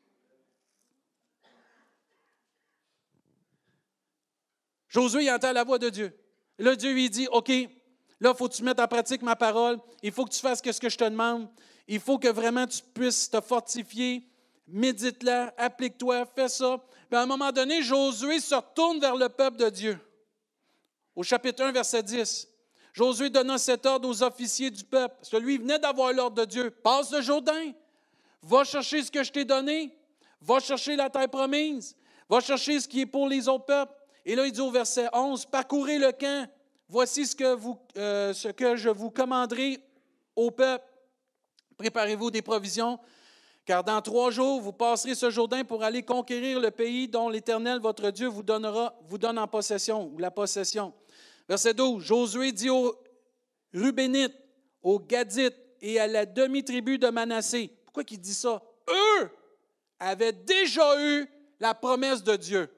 Josué il entend la voix de Dieu. Et là, Dieu lui dit, OK, là, il faut que tu mettes en pratique ma parole. Il faut que tu fasses ce que je te demande. Il faut que vraiment tu puisses te fortifier. Médite-la, applique-toi, fais ça. Puis à un moment donné, Josué se retourne vers le peuple de Dieu. Au chapitre un, verset dix. Josué donna cet ordre aux officiers du peuple. Parce que lui, il venait d'avoir l'ordre de Dieu. Passe le Jourdain. Va chercher ce que je t'ai donné. Va chercher la terre promise. Va chercher ce qui est pour les autres peuples. Et là, il dit au verset onze, parcourez le camp. Voici ce que, vous, euh, ce que je vous commanderai au peuple. Préparez-vous des provisions. Car dans trois jours, vous passerez ce Jourdain pour aller conquérir le pays dont l'Éternel, votre Dieu, vous donnera, vous donne en possession, ou la possession. Verset douze, Josué dit aux Rubénites, aux Gadites et à la demi-tribu de Manassé. Pourquoi il dit ça? Eux avaient déjà eu la promesse de Dieu.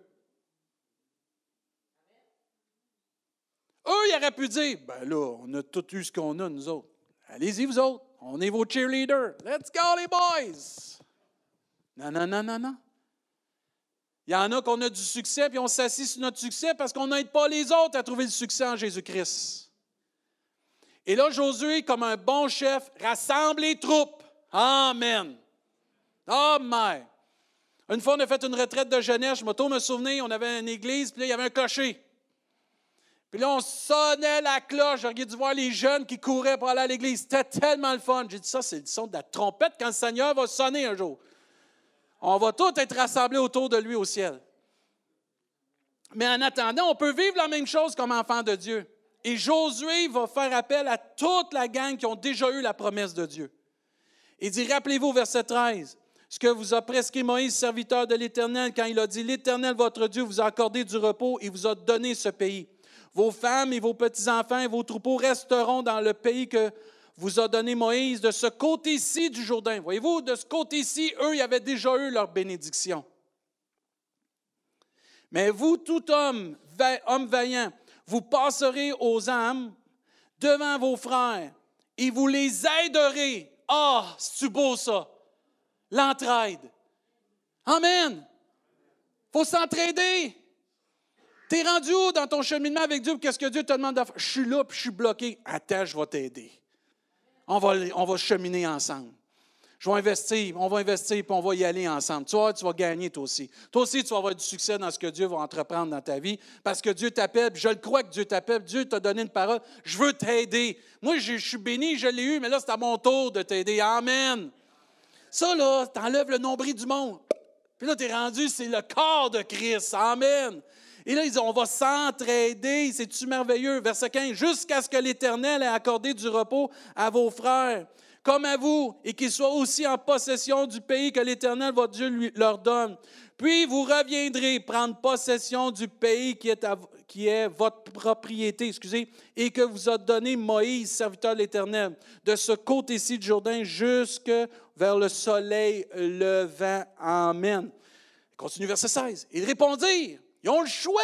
Eux, ils auraient pu dire, ben là, on a tout eu ce qu'on a, nous autres. Allez-y, vous autres. On est vos cheerleaders. Let's go, les boys! Non, non, non, non, non. Il y en a qu'on a du succès, puis on s'assit sur notre succès parce qu'on n'aide pas les autres à trouver le succès en Jésus-Christ. Et là, Josué, comme un bon chef, rassemble les troupes. Amen. Amen. Une fois, on a fait une retraite de jeunesse. Je m'auto me souvenir, on avait une église, puis là, il y avait un clocher. Puis là, on sonnait la cloche. J'aurais dû voir les jeunes qui couraient pour aller à l'église. C'était tellement le fun. J'ai dit, ça, c'est le son de la trompette quand le Seigneur va sonner un jour. On va tous être rassemblés autour de lui au ciel. Mais en attendant, on peut vivre la même chose comme enfant de Dieu. Et Josué va faire appel à toute la gang qui ont déjà eu la promesse de Dieu. Il dit, rappelez-vous au verset treize, ce que vous a prescrit Moïse, serviteur de l'Éternel, quand il a dit, l'Éternel, votre Dieu, vous a accordé du repos et vous a donné ce pays. Vos femmes et vos petits-enfants et vos troupeaux resteront dans le pays que vous a donné Moïse, de ce côté-ci du Jourdain. Voyez-vous, de ce côté-ci, eux, ils avaient déjà eu leur bénédiction. Mais vous, tout homme, homme vaillant, vous passerez aux âmes devant vos frères et vous les aiderez. Ah, oh, c'est-tu beau ça? L'entraide. Amen. Il faut s'entraider. Tu es rendu où dans ton cheminement avec Dieu? Qu'est-ce que Dieu te demande de faire? Je suis là puis je suis bloqué. Attends, je vais t'aider. On va, on va cheminer ensemble. Je vais investir, on va investir puis on va y aller ensemble. Tu vois, tu vas gagner toi aussi. Toi aussi, tu vas avoir du succès dans ce que Dieu va entreprendre dans ta vie parce que Dieu t'appelle. Je le crois que Dieu t'appelle. Dieu t'a donné une parole. Je veux t'aider. Moi, je, je suis béni, je l'ai eu, mais là, c'est à mon tour de t'aider. Amen. Ça, là, t'enlèves le nombril du monde. Puis là, tu es rendu, c'est le corps de Christ. Amen. Et là, ils disent, on va s'entraider. C'est-tu merveilleux? Verset quinze, jusqu'à ce que l'Éternel ait accordé du repos à vos frères, comme à vous, et qu'ils soient aussi en possession du pays que l'Éternel, votre Dieu, lui, leur donne. Puis vous reviendrez prendre possession du pays qui est, à, qui est votre propriété, excusez, et que vous a donné Moïse, serviteur de l'Éternel, de ce côté-ci du Jourdain jusque vers le soleil levant. Amen. Continue verset seize. Ils répondirent. Ils ont le choix.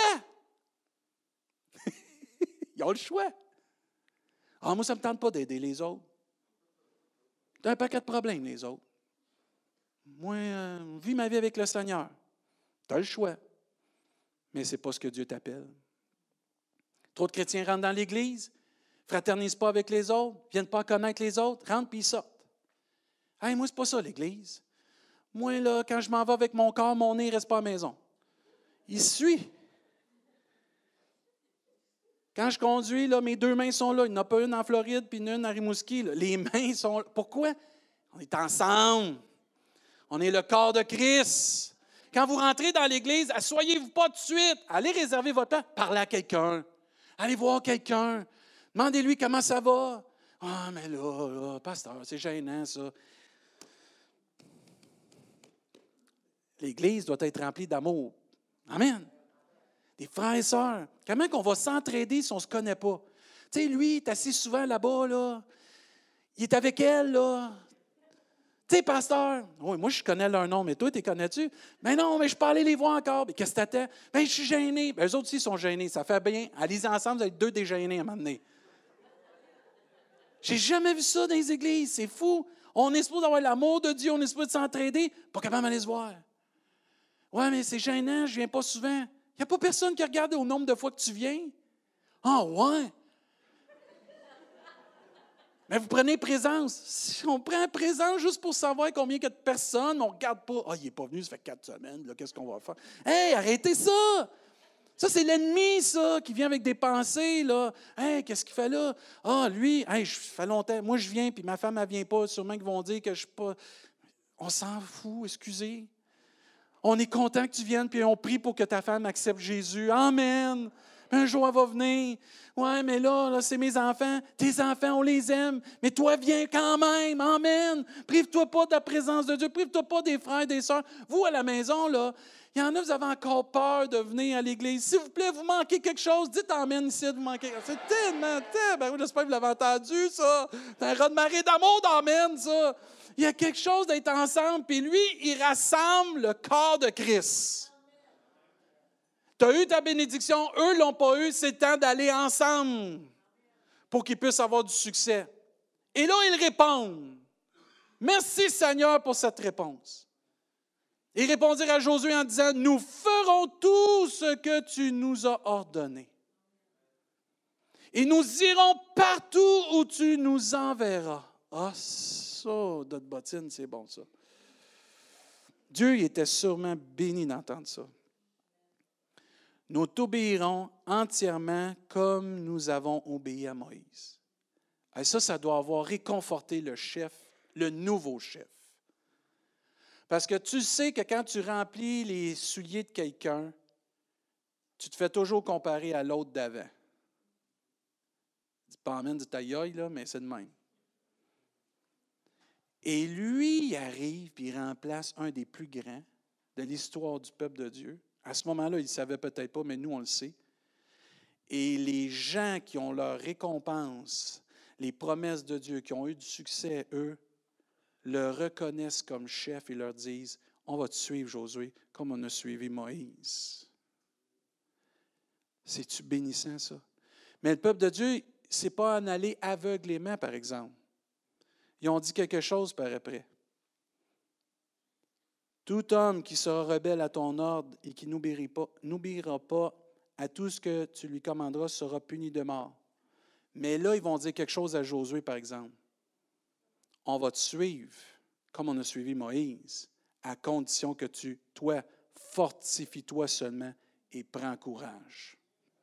Ils ont le choix. Ah, moi, ça ne me tente pas d'aider les autres. Tu as un paquet de problèmes, les autres. Moi, euh, vis ma vie avec le Seigneur. Tu as le choix. Mais ce n'est pas ce que Dieu t'appelle. Trop de chrétiens rentrent dans l'Église, ne fraternisent pas avec les autres, ne viennent pas connaître les autres, rentrent puis ils sortent. Hey, moi, ce n'est pas ça, l'Église. Moi, là, quand je m'en vais avec mon corps, mon nez ne reste pas à la maison. Il suit. Quand je conduis, là, mes deux mains sont là. Il n'y en a pas une en Floride puis une à Rimouski. Là. Les mains sont là. Pourquoi? On est ensemble. On est le corps de Christ. Quand vous rentrez dans l'Église, asseyez-vous pas tout de suite. Allez réserver votre temps. Parlez à quelqu'un. Allez voir quelqu'un. Demandez-lui comment ça va. Ah, mais là, là, pasteur, c'est gênant, ça. L'Église doit être remplie d'amour. Amen. Des frères et sœurs. Comment qu'on va s'entraider si on ne se connaît pas? Tu sais, lui, il est assis souvent là-bas, là. Il est avec elle, là. Tu sais, pasteur. Oui, moi, je connais leur nom, mais toi, tu les connais-tu? Ben non, mais je peux aller les voir encore. Mais qu'est-ce que t'attends? Ben, je suis gêné. Ben, eux autres aussi sont gênés. Ça fait bien. Allez-y ensemble, vous êtes deux dégênés à un moment donné. J'ai jamais vu ça dans les églises. C'est fou. On est supposé avoir l'amour de Dieu, on est supposé s'entraider. Pas capable d'aller se voir. Oui, mais c'est gênant, je ne viens pas souvent. Il n'y a pas personne qui regarde au nombre de fois que tu viens. Ah, ouais. Mais vous prenez présence. Si on prend présence juste pour savoir combien il y a de personnes, on ne regarde pas. Ah, il n'est pas venu, ça fait quatre semaines, là, qu'est-ce qu'on va faire? Hey, arrêtez ça! Ça, c'est l'ennemi, ça, qui vient avec des pensées, là. Hey, qu'est-ce qu'il fait là? Ah, lui, hey, ça fait longtemps. Moi, je viens, puis ma femme, elle ne vient pas. Sûrement qu'ils vont dire que je ne suis pas. On s'en fout, excusez. On est content que tu viennes, puis on prie pour que ta femme accepte Jésus. Amen. Un jour, elle va venir. Ouais, mais là, là c'est mes enfants. Tes enfants, on les aime. Mais toi, viens quand même. Amen. Prive-toi pas de la présence de Dieu. Prive-toi pas des frères et des sœurs. Vous, à la maison, là, il y en a, vous avez encore peur de venir à l'église. S'il vous plaît, vous manquez quelque chose, dites amen ici, vous manquez quelque chose. C'est tellement, tellement, j'espère que vous l'avez entendu, ça. C'est un raz-de-marée d'amour d'amen, ça. Il y a quelque chose d'être ensemble, puis lui, il rassemble le corps de Christ. Tu as eu ta bénédiction, eux ne l'ont pas eu, c'est le temps d'aller ensemble pour qu'ils puissent avoir du succès. Et là, ils répondent. Merci Seigneur pour cette réponse. Ils répondirent à Josué en disant, nous ferons tout ce que tu nous as ordonné. Et nous irons partout où tu nous enverras. Ah, ça, notre bottine, c'est bon ça. Dieu il était sûrement béni d'entendre ça. Nous t'obéirons entièrement comme nous avons obéi à Moïse. Et ça, ça doit avoir réconforté le chef, le nouveau chef. Parce que tu sais que quand tu remplis les souliers de quelqu'un, tu te fais toujours comparer à l'autre d'avant. Dis pas amen, dis ta aïe, là, mais c'est de même. Et lui, il arrive et il remplace un des plus grands de l'histoire du peuple de Dieu. À ce moment-là, il ne savait peut-être pas, mais nous, on le sait. Et les gens qui ont leur récompense, les promesses de Dieu, qui ont eu du succès, eux, le reconnaissent comme chef et leur disent, on va te suivre, Josué, comme on a suivi Moïse. C'est-tu bénissant, ça? Mais le peuple de Dieu, ce n'est pas en aller aveuglément, par exemple. Ils ont dit quelque chose par après. Tout homme qui sera rebelle à ton ordre et qui n'obéira pas, n'obéira pas à tout ce que tu lui commanderas sera puni de mort. Mais là, ils vont dire quelque chose à Josué, par exemple. On va te suivre comme on a suivi Moïse, à condition que tu, toi, fortifie-toi seulement et prends courage.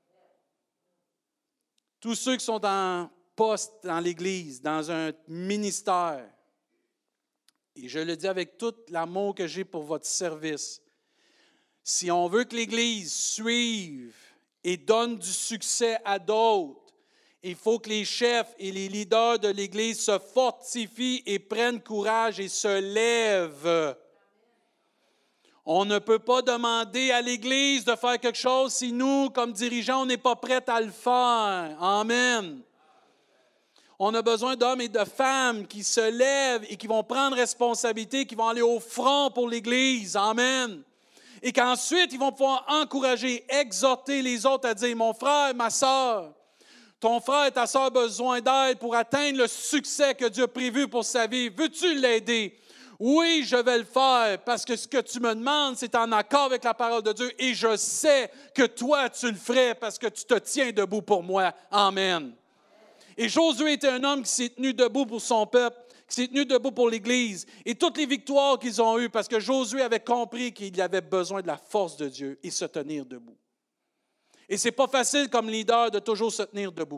Tous ceux qui sont en poste dans l'Église, dans un ministère, et je le dis avec tout l'amour que j'ai pour votre service, si on veut que l'Église suive et donne du succès à d'autres, il faut que les chefs et les leaders de l'Église se fortifient et prennent courage et se lèvent. On ne peut pas demander à l'Église de faire quelque chose si nous, comme dirigeants, on n'est pas prêts à le faire. Amen. On a besoin d'hommes et de femmes qui se lèvent et qui vont prendre responsabilité, qui vont aller au front pour l'Église. Amen. Et qu'ensuite, ils vont pouvoir encourager, exhorter les autres à dire, mon frère, ma sœur, ton frère et ta sœur ont besoin d'aide pour atteindre le succès que Dieu a prévu pour sa vie. Veux-tu l'aider? Oui, je vais le faire parce que ce que tu me demandes, c'est en accord avec la parole de Dieu et je sais que toi, tu le ferais parce que tu te tiens debout pour moi. Amen. Et Josué était un homme qui s'est tenu debout pour son peuple, qui s'est tenu debout pour l'Église et toutes les victoires qu'ils ont eues parce que Josué avait compris qu'il avait besoin de la force de Dieu et se tenir debout. Et ce n'est pas facile comme leader de toujours se tenir debout.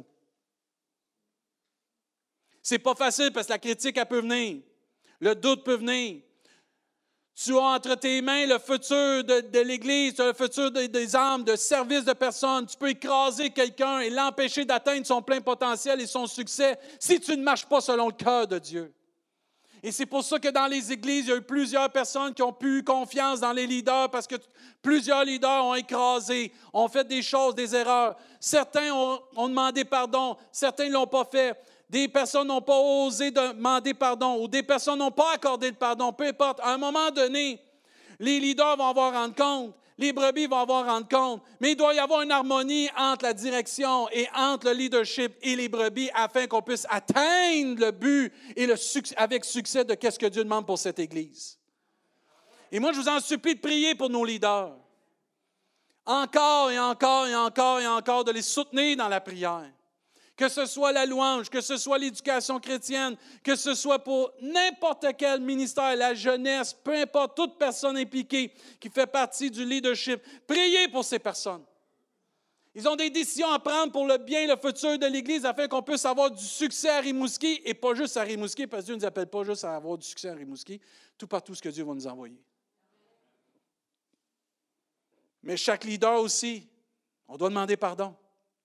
Ce n'est pas facile parce que la critique, elle peut venir. Le doute peut venir. Tu as entre tes mains le futur de, de l'Église, tu as le futur de, des âmes, de service de personnes. Tu peux écraser quelqu'un et l'empêcher d'atteindre son plein potentiel et son succès si tu ne marches pas selon le cœur de Dieu. Et c'est pour ça que dans les églises, il y a eu plusieurs personnes qui ont pu confiance dans les leaders parce que plusieurs leaders ont écrasé, ont fait des choses, des erreurs. Certains ont, ont demandé pardon, certains ne l'ont pas fait. Des personnes n'ont pas osé demander pardon ou des personnes n'ont pas accordé le pardon. Peu importe, à un moment donné, les leaders vont avoir rendre compte. Les brebis vont avoir rendre compte, mais il doit y avoir une harmonie entre la direction et entre le leadership et les brebis afin qu'on puisse atteindre le but et le succès, avec succès de qu'est-ce que Dieu demande pour cette Église. Et moi, je vous en supplie de prier pour nos leaders. Encore et encore et encore et encore de les soutenir dans la prière. Que ce soit la louange, que ce soit l'éducation chrétienne, que ce soit pour n'importe quel ministère, la jeunesse, peu importe, toute personne impliquée qui fait partie du leadership, priez pour ces personnes. Ils ont des décisions à prendre pour le bien et le futur de l'Église afin qu'on puisse avoir du succès à Rimouski et pas juste à Rimouski, parce que Dieu ne nous appelle pas juste à avoir du succès à Rimouski, tout partout ce que Dieu va nous envoyer. Mais chaque leader aussi On doit demander pardon.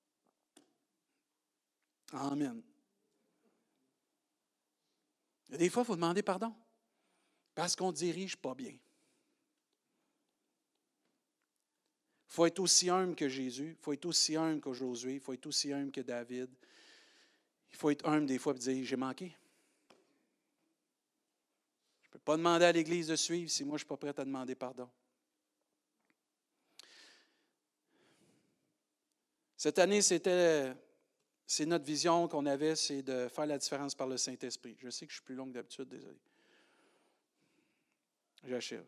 Amen. Et des fois, il faut demander pardon parce qu'on ne dirige pas bien. Il faut être aussi humble que Jésus, il faut être aussi humble que Josué, il faut être aussi humble que David. Il faut être humble des fois et dire, j'ai manqué. Je ne peux pas demander à l'Église de suivre si moi je ne suis pas prêt à demander pardon. Cette année, c'était, c'est notre vision qu'on avait, c'est de faire la différence par le Saint-Esprit. Je sais que je suis plus long que d'habitude, désolé. J'achève.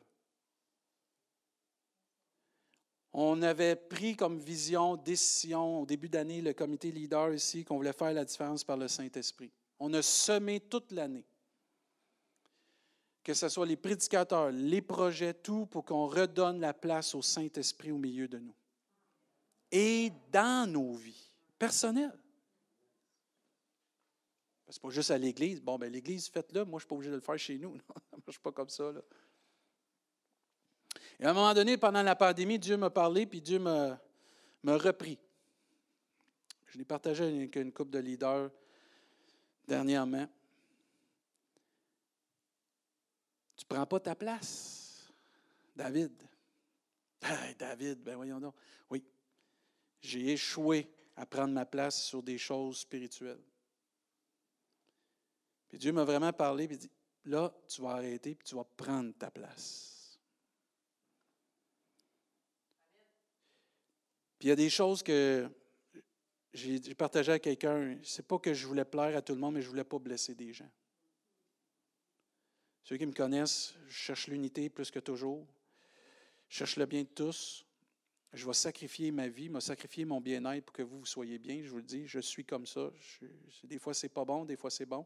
On avait pris comme vision, décision, au début d'année, le comité leader ici, qu'on voulait faire la différence par le Saint-Esprit. On a semé toute l'année. Que ce soit les prédicateurs, les projets, tout pour qu'on redonne la place au Saint-Esprit au milieu de nous. Et dans nos vies personnelles. Ce n'est pas juste à l'Église. Bon, bien, l'Église, faites-le. Moi, je ne suis pas obligé de le faire chez nous. Non, ça ne marche pas comme ça, là. Et à un moment donné, pendant la pandémie, Dieu m'a parlé, puis Dieu m'a, m'a repris. Je l'ai partagé avec une couple de leaders dernièrement. Tu ne prends pas ta place, David. Hey, David, ben voyons donc. Oui, j'ai échoué à prendre ma place sur des choses spirituelles. Puis Dieu m'a vraiment parlé, puis dit, là, tu vas arrêter, puis tu vas prendre ta place. Puis il y a des choses que j'ai, j'ai partagé à quelqu'un. C'est pas que je voulais plaire à tout le monde, mais je ne voulais pas blesser des gens. Ceux qui me connaissent, je cherche l'unité plus que toujours. Je cherche le bien de tous. Je vais sacrifier ma vie, me sacrifier mon bien-être pour que vous, vous soyez bien. Je vous le dis, je suis comme ça. Je, des fois, c'est pas bon, des fois, c'est bon.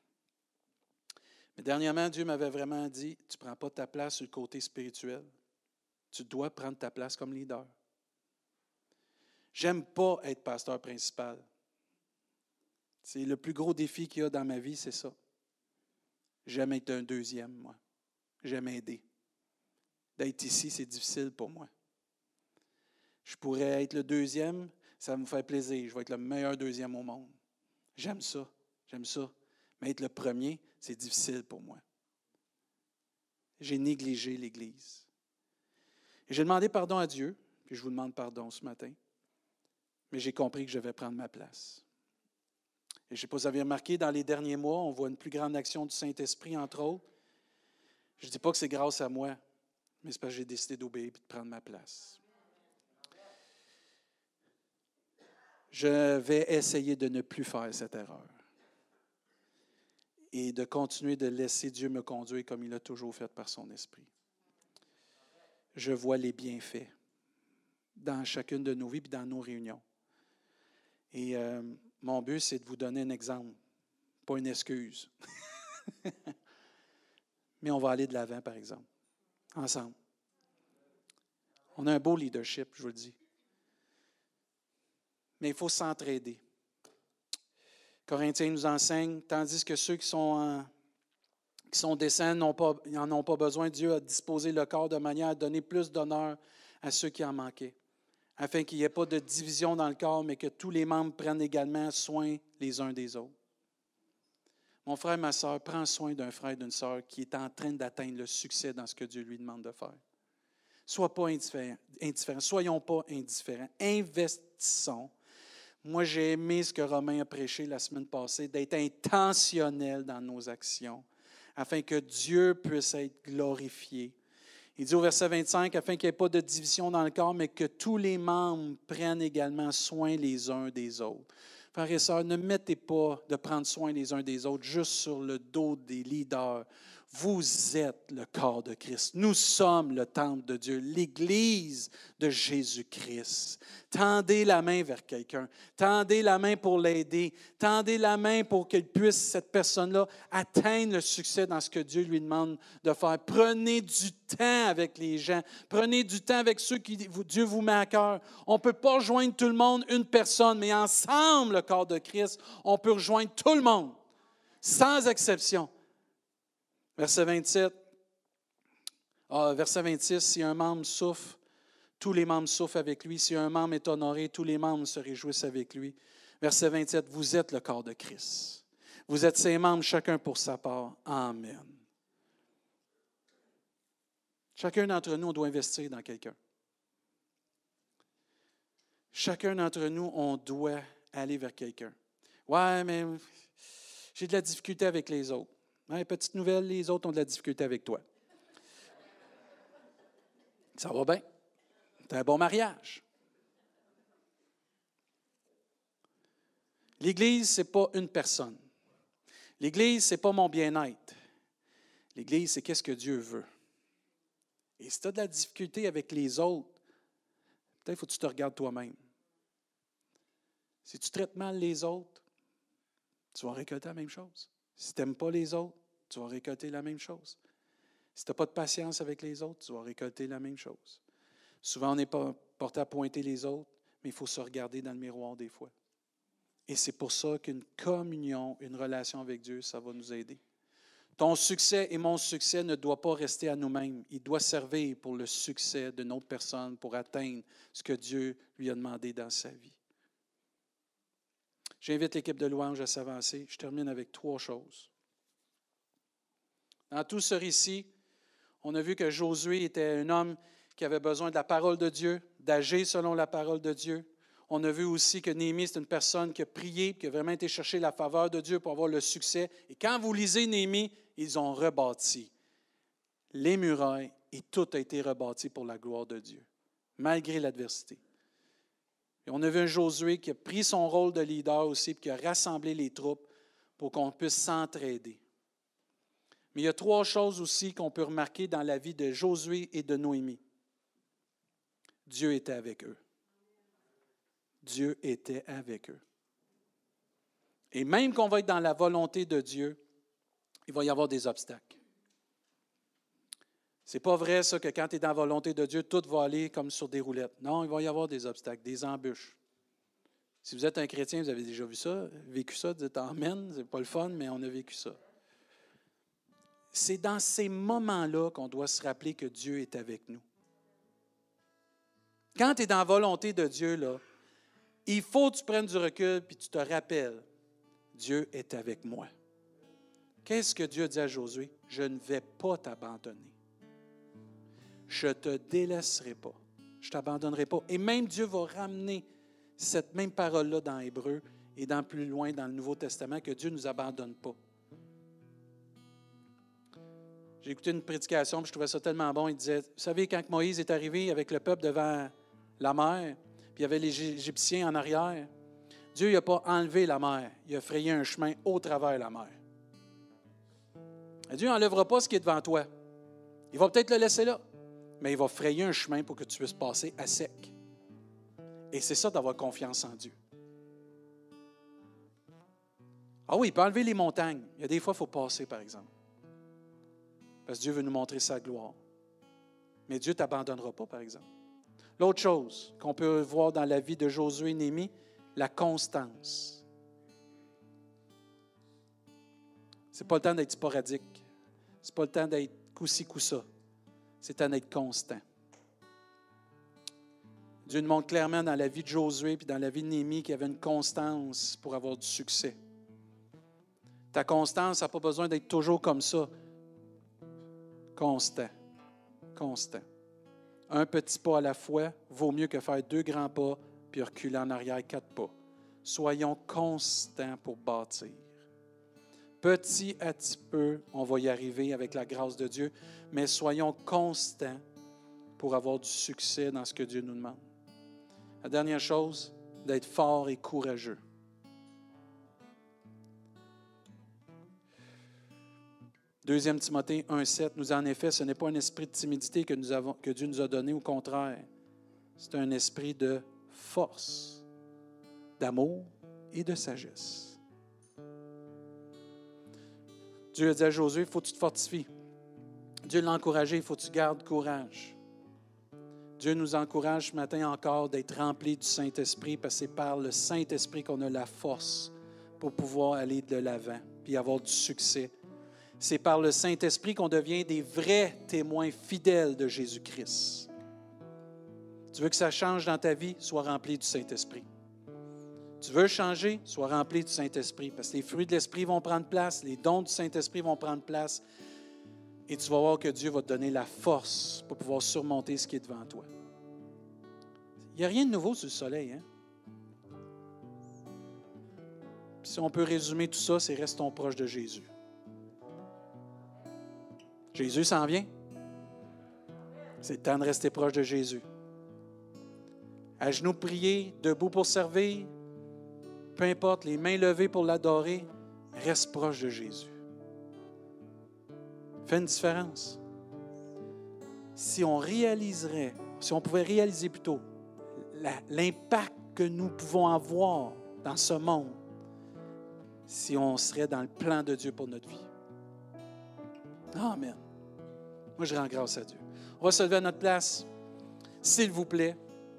Mais dernièrement, Dieu m'avait vraiment dit, tu ne prends pas ta place sur le côté spirituel. Tu dois prendre ta place comme leader. J'aime pas être pasteur principal. C'est le plus gros défi qu'il y a dans ma vie, c'est ça. J'aime être un deuxième, moi. J'aime aider. D'être ici, c'est difficile pour moi. Je pourrais être le deuxième, ça va me faire plaisir. Je vais être le meilleur deuxième au monde. J'aime ça, j'aime ça. Mais être le premier, c'est difficile pour moi. J'ai négligé l'Église. Et j'ai demandé pardon à Dieu, puis je vous demande pardon ce matin. Mais j'ai compris que je vais prendre ma place. Et je ne sais pas si vous avez remarqué, dans les derniers mois, on voit une plus grande action du Saint-Esprit, entre autres. Je ne dis pas que c'est grâce à moi, mais c'est parce que j'ai décidé d'obéir et de prendre ma place. Je vais essayer de ne plus faire cette erreur et de continuer de laisser Dieu me conduire comme il a toujours fait par son esprit. Je vois les bienfaits dans chacune de nos vies et dans nos réunions. Et euh, mon but, c'est de vous donner un exemple, pas une excuse. Mais on va aller de l'avant, par exemple, ensemble. On a un beau leadership, je vous le dis. Mais il faut s'entraider. Corinthiens nous enseigne, tandis que ceux qui sont, en, qui sont décents n'en ont pas besoin, Dieu a disposé le corps de manière à donner plus d'honneur à ceux qui en manquaient, afin qu'il n'y ait pas de division dans le corps, mais que tous les membres prennent également soin les uns des autres. Mon frère, ma sœur, prends soin d'un frère et d'une sœur qui est en train d'atteindre le succès dans ce que Dieu lui demande de faire. Sois pas indifférent, indifférent. Soyons pas indifférents. Investissons. Moi, j'ai aimé ce que Romain a prêché la semaine passée, d'être intentionnel dans nos actions, afin que Dieu puisse être glorifié. Il dit au verset vingt-cinq, afin qu'il n'y ait pas de division dans le corps, mais que tous les membres prennent également soin les uns des autres. Frères et sœurs, ne mettez pas de prendre soin les uns des autres juste sur le dos des leaders. Vous êtes le corps de Christ. Nous sommes le temple de Dieu, l'Église de Jésus-Christ. Tendez la main vers quelqu'un. Tendez la main pour l'aider. Tendez la main pour qu'il puisse, cette personne-là, atteindre le succès dans ce que Dieu lui demande de faire. Prenez du temps avec les gens. Prenez du temps avec ceux qui Dieu vous met à cœur. On ne peut pas rejoindre tout le monde, une personne, mais ensemble, le corps de Christ, on peut rejoindre tout le monde, sans exception. Verset vingt-sept, ah, verset vingt-six, si un membre souffre, tous les membres souffrent avec lui. Si un membre est honoré, tous les membres se réjouissent avec lui. Verset vingt-sept, vous êtes le corps de Christ. Vous êtes ses membres, chacun pour sa part. Amen. Chacun d'entre nous, on doit investir dans quelqu'un. Chacun d'entre nous, on doit aller vers quelqu'un. Ouais, mais j'ai de la difficulté avec les autres. Ouais, petite nouvelle, les autres ont de la difficulté avec toi. Ça va bien. C'est un bon mariage. L'Église, ce n'est pas une personne. L'Église, ce n'est pas mon bien-être. L'Église, c'est qu'est-ce que Dieu veut. Et si tu as de la difficulté avec les autres, peut-être faut que tu te regardes toi-même. Si tu traites mal les autres, tu vas récolter la même chose. Si tu n'aimes pas les autres, tu vas récolter la même chose. Si tu n'as pas de patience avec les autres, tu vas récolter la même chose. Souvent, on n'est pas porté à pointer les autres, mais il faut se regarder dans le miroir des fois. Et c'est pour ça qu'une communion, une relation avec Dieu, ça va nous aider. Ton succès et mon succès ne doit pas rester à nous-mêmes. Il doit servir pour le succès d'une autre personne, pour atteindre ce que Dieu lui a demandé dans sa vie. J'invite l'équipe de louange à s'avancer. Je termine avec trois choses. Dans tout ce récit, on a vu que Josué était un homme qui avait besoin de la parole de Dieu, d'agir selon la parole de Dieu. On a vu aussi que Néhémie, c'est une personne qui a prié, qui a vraiment été chercher la faveur de Dieu pour avoir le succès. Et quand vous lisez Néhémie, ils ont rebâti les murailles et tout a été rebâti pour la gloire de Dieu, malgré l'adversité. Et on a vu un Josué qui a pris son rôle de leader aussi, puis qui a rassemblé les troupes pour qu'on puisse s'entraider. Mais il y a trois choses aussi qu'on peut remarquer dans la vie de Josué et de Noémie. Dieu était avec eux. Dieu était avec eux. Et même qu'on va être dans la volonté de Dieu, il va y avoir des obstacles. Ce n'est pas vrai, ça, que quand tu es dans la volonté de Dieu, tout va aller comme sur des roulettes. Non, il va y avoir des obstacles, des embûches. Si vous êtes un chrétien, vous avez déjà vu ça, vécu ça, dites Amen, c'est pas le fun, mais on a vécu ça. C'est dans ces moments-là qu'on doit se rappeler que Dieu est avec nous. Quand tu es dans la volonté de Dieu, là, il faut que tu prennes du recul et tu te rappelles, Dieu est avec moi. Qu'est-ce que Dieu dit à Josué? Je ne vais pas t'abandonner. Je ne te délaisserai pas. Je ne t'abandonnerai pas. Et même Dieu va ramener cette même parole-là dans Hébreu et dans plus loin dans le Nouveau Testament, que Dieu ne nous abandonne pas. J'ai écouté une prédication, puis je trouvais ça tellement bon. Il disait, vous savez, quand Moïse est arrivé avec le peuple devant la mer, puis il y avait les Égyptiens en arrière, Dieu n'a pas enlevé la mer, il a frayé un chemin au travers de la mer. Et Dieu n'enlèvera pas ce qui est devant toi. Il va peut-être le laisser là, mais il va frayer un chemin pour que tu puisses passer à sec. Et c'est ça d'avoir confiance en Dieu. Ah oui, il peut enlever les montagnes. Il y a des fois, il faut passer, par exemple. Parce que Dieu veut nous montrer sa gloire. Mais Dieu ne t'abandonnera pas, par exemple. L'autre chose qu'on peut voir dans la vie de Josué et Néhémie, la constance. Ce n'est pas le temps d'être sporadique. Ce n'est pas le temps d'être coup-ci, coup-ça. C'est le temps d'être constant. Dieu nous montre clairement dans la vie de Josué et dans la vie de Néhémie qu'il y avait une constance pour avoir du succès. Ta constance n'a pas besoin d'être toujours comme ça. Constant. Constant. Un petit pas à la fois vaut mieux que faire deux grands pas puis reculer en arrière quatre pas. Soyons constants pour bâtir. Petit à petit peu, on va y arriver avec la grâce de Dieu, mais soyons constants pour avoir du succès dans ce que Dieu nous demande. La dernière chose, d'être fort et courageux. deuxième Timothée un sept nous dit en effet, ce n'est pas un esprit de timidité que, nous avons, que Dieu nous a donné, au contraire, c'est un esprit de force, d'amour et de sagesse. Dieu a dit à Josué, il faut que tu te fortifies. Dieu l'a encouragé, il faut que tu gardes courage. Dieu nous encourage ce matin encore d'être remplis du Saint-Esprit parce que c'est par le Saint-Esprit qu'on a la force pour pouvoir aller de l'avant puis avoir du succès. C'est par le Saint-Esprit qu'on devient des vrais témoins fidèles de Jésus-Christ. Tu veux que ça change dans ta vie? Sois rempli du Saint-Esprit. Tu veux changer? Sois rempli du Saint-Esprit. Parce que les fruits de l'Esprit vont prendre place, les dons du Saint-Esprit vont prendre place. Et tu vas voir que Dieu va te donner la force pour pouvoir surmonter ce qui est devant toi. Il n'y a rien de nouveau sur le soleil, hein? Puis si on peut résumer tout ça, c'est restons proches de Jésus. Jésus s'en vient. C'est le temps de rester proche de Jésus. À genoux prier, debout pour servir, peu importe, les mains levées pour l'adorer, reste proche de Jésus. Fais une différence. Si on réaliserait, si on pouvait réaliser plutôt la, l'impact que nous pouvons avoir dans ce monde, si on serait dans le plan de Dieu pour notre vie. Amen. Moi, je rends grâce à Dieu. On va se lever à notre place. S'il vous plaît.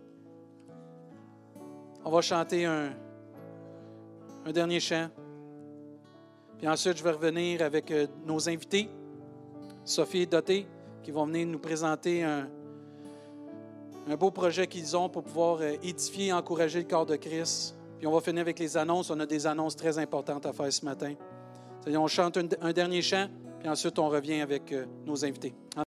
On va chanter un, un dernier chant. Puis ensuite, je vais revenir avec euh, nos invités, Sophie et Doté, qui vont venir nous présenter un, un beau projet qu'ils ont pour pouvoir euh, édifier et encourager le corps de Christ. Puis on va finir avec les annonces. On a des annonces très importantes à faire ce matin. C'est-à-dire, on chante un, un dernier chant, puis ensuite on revient avec euh, nos invités.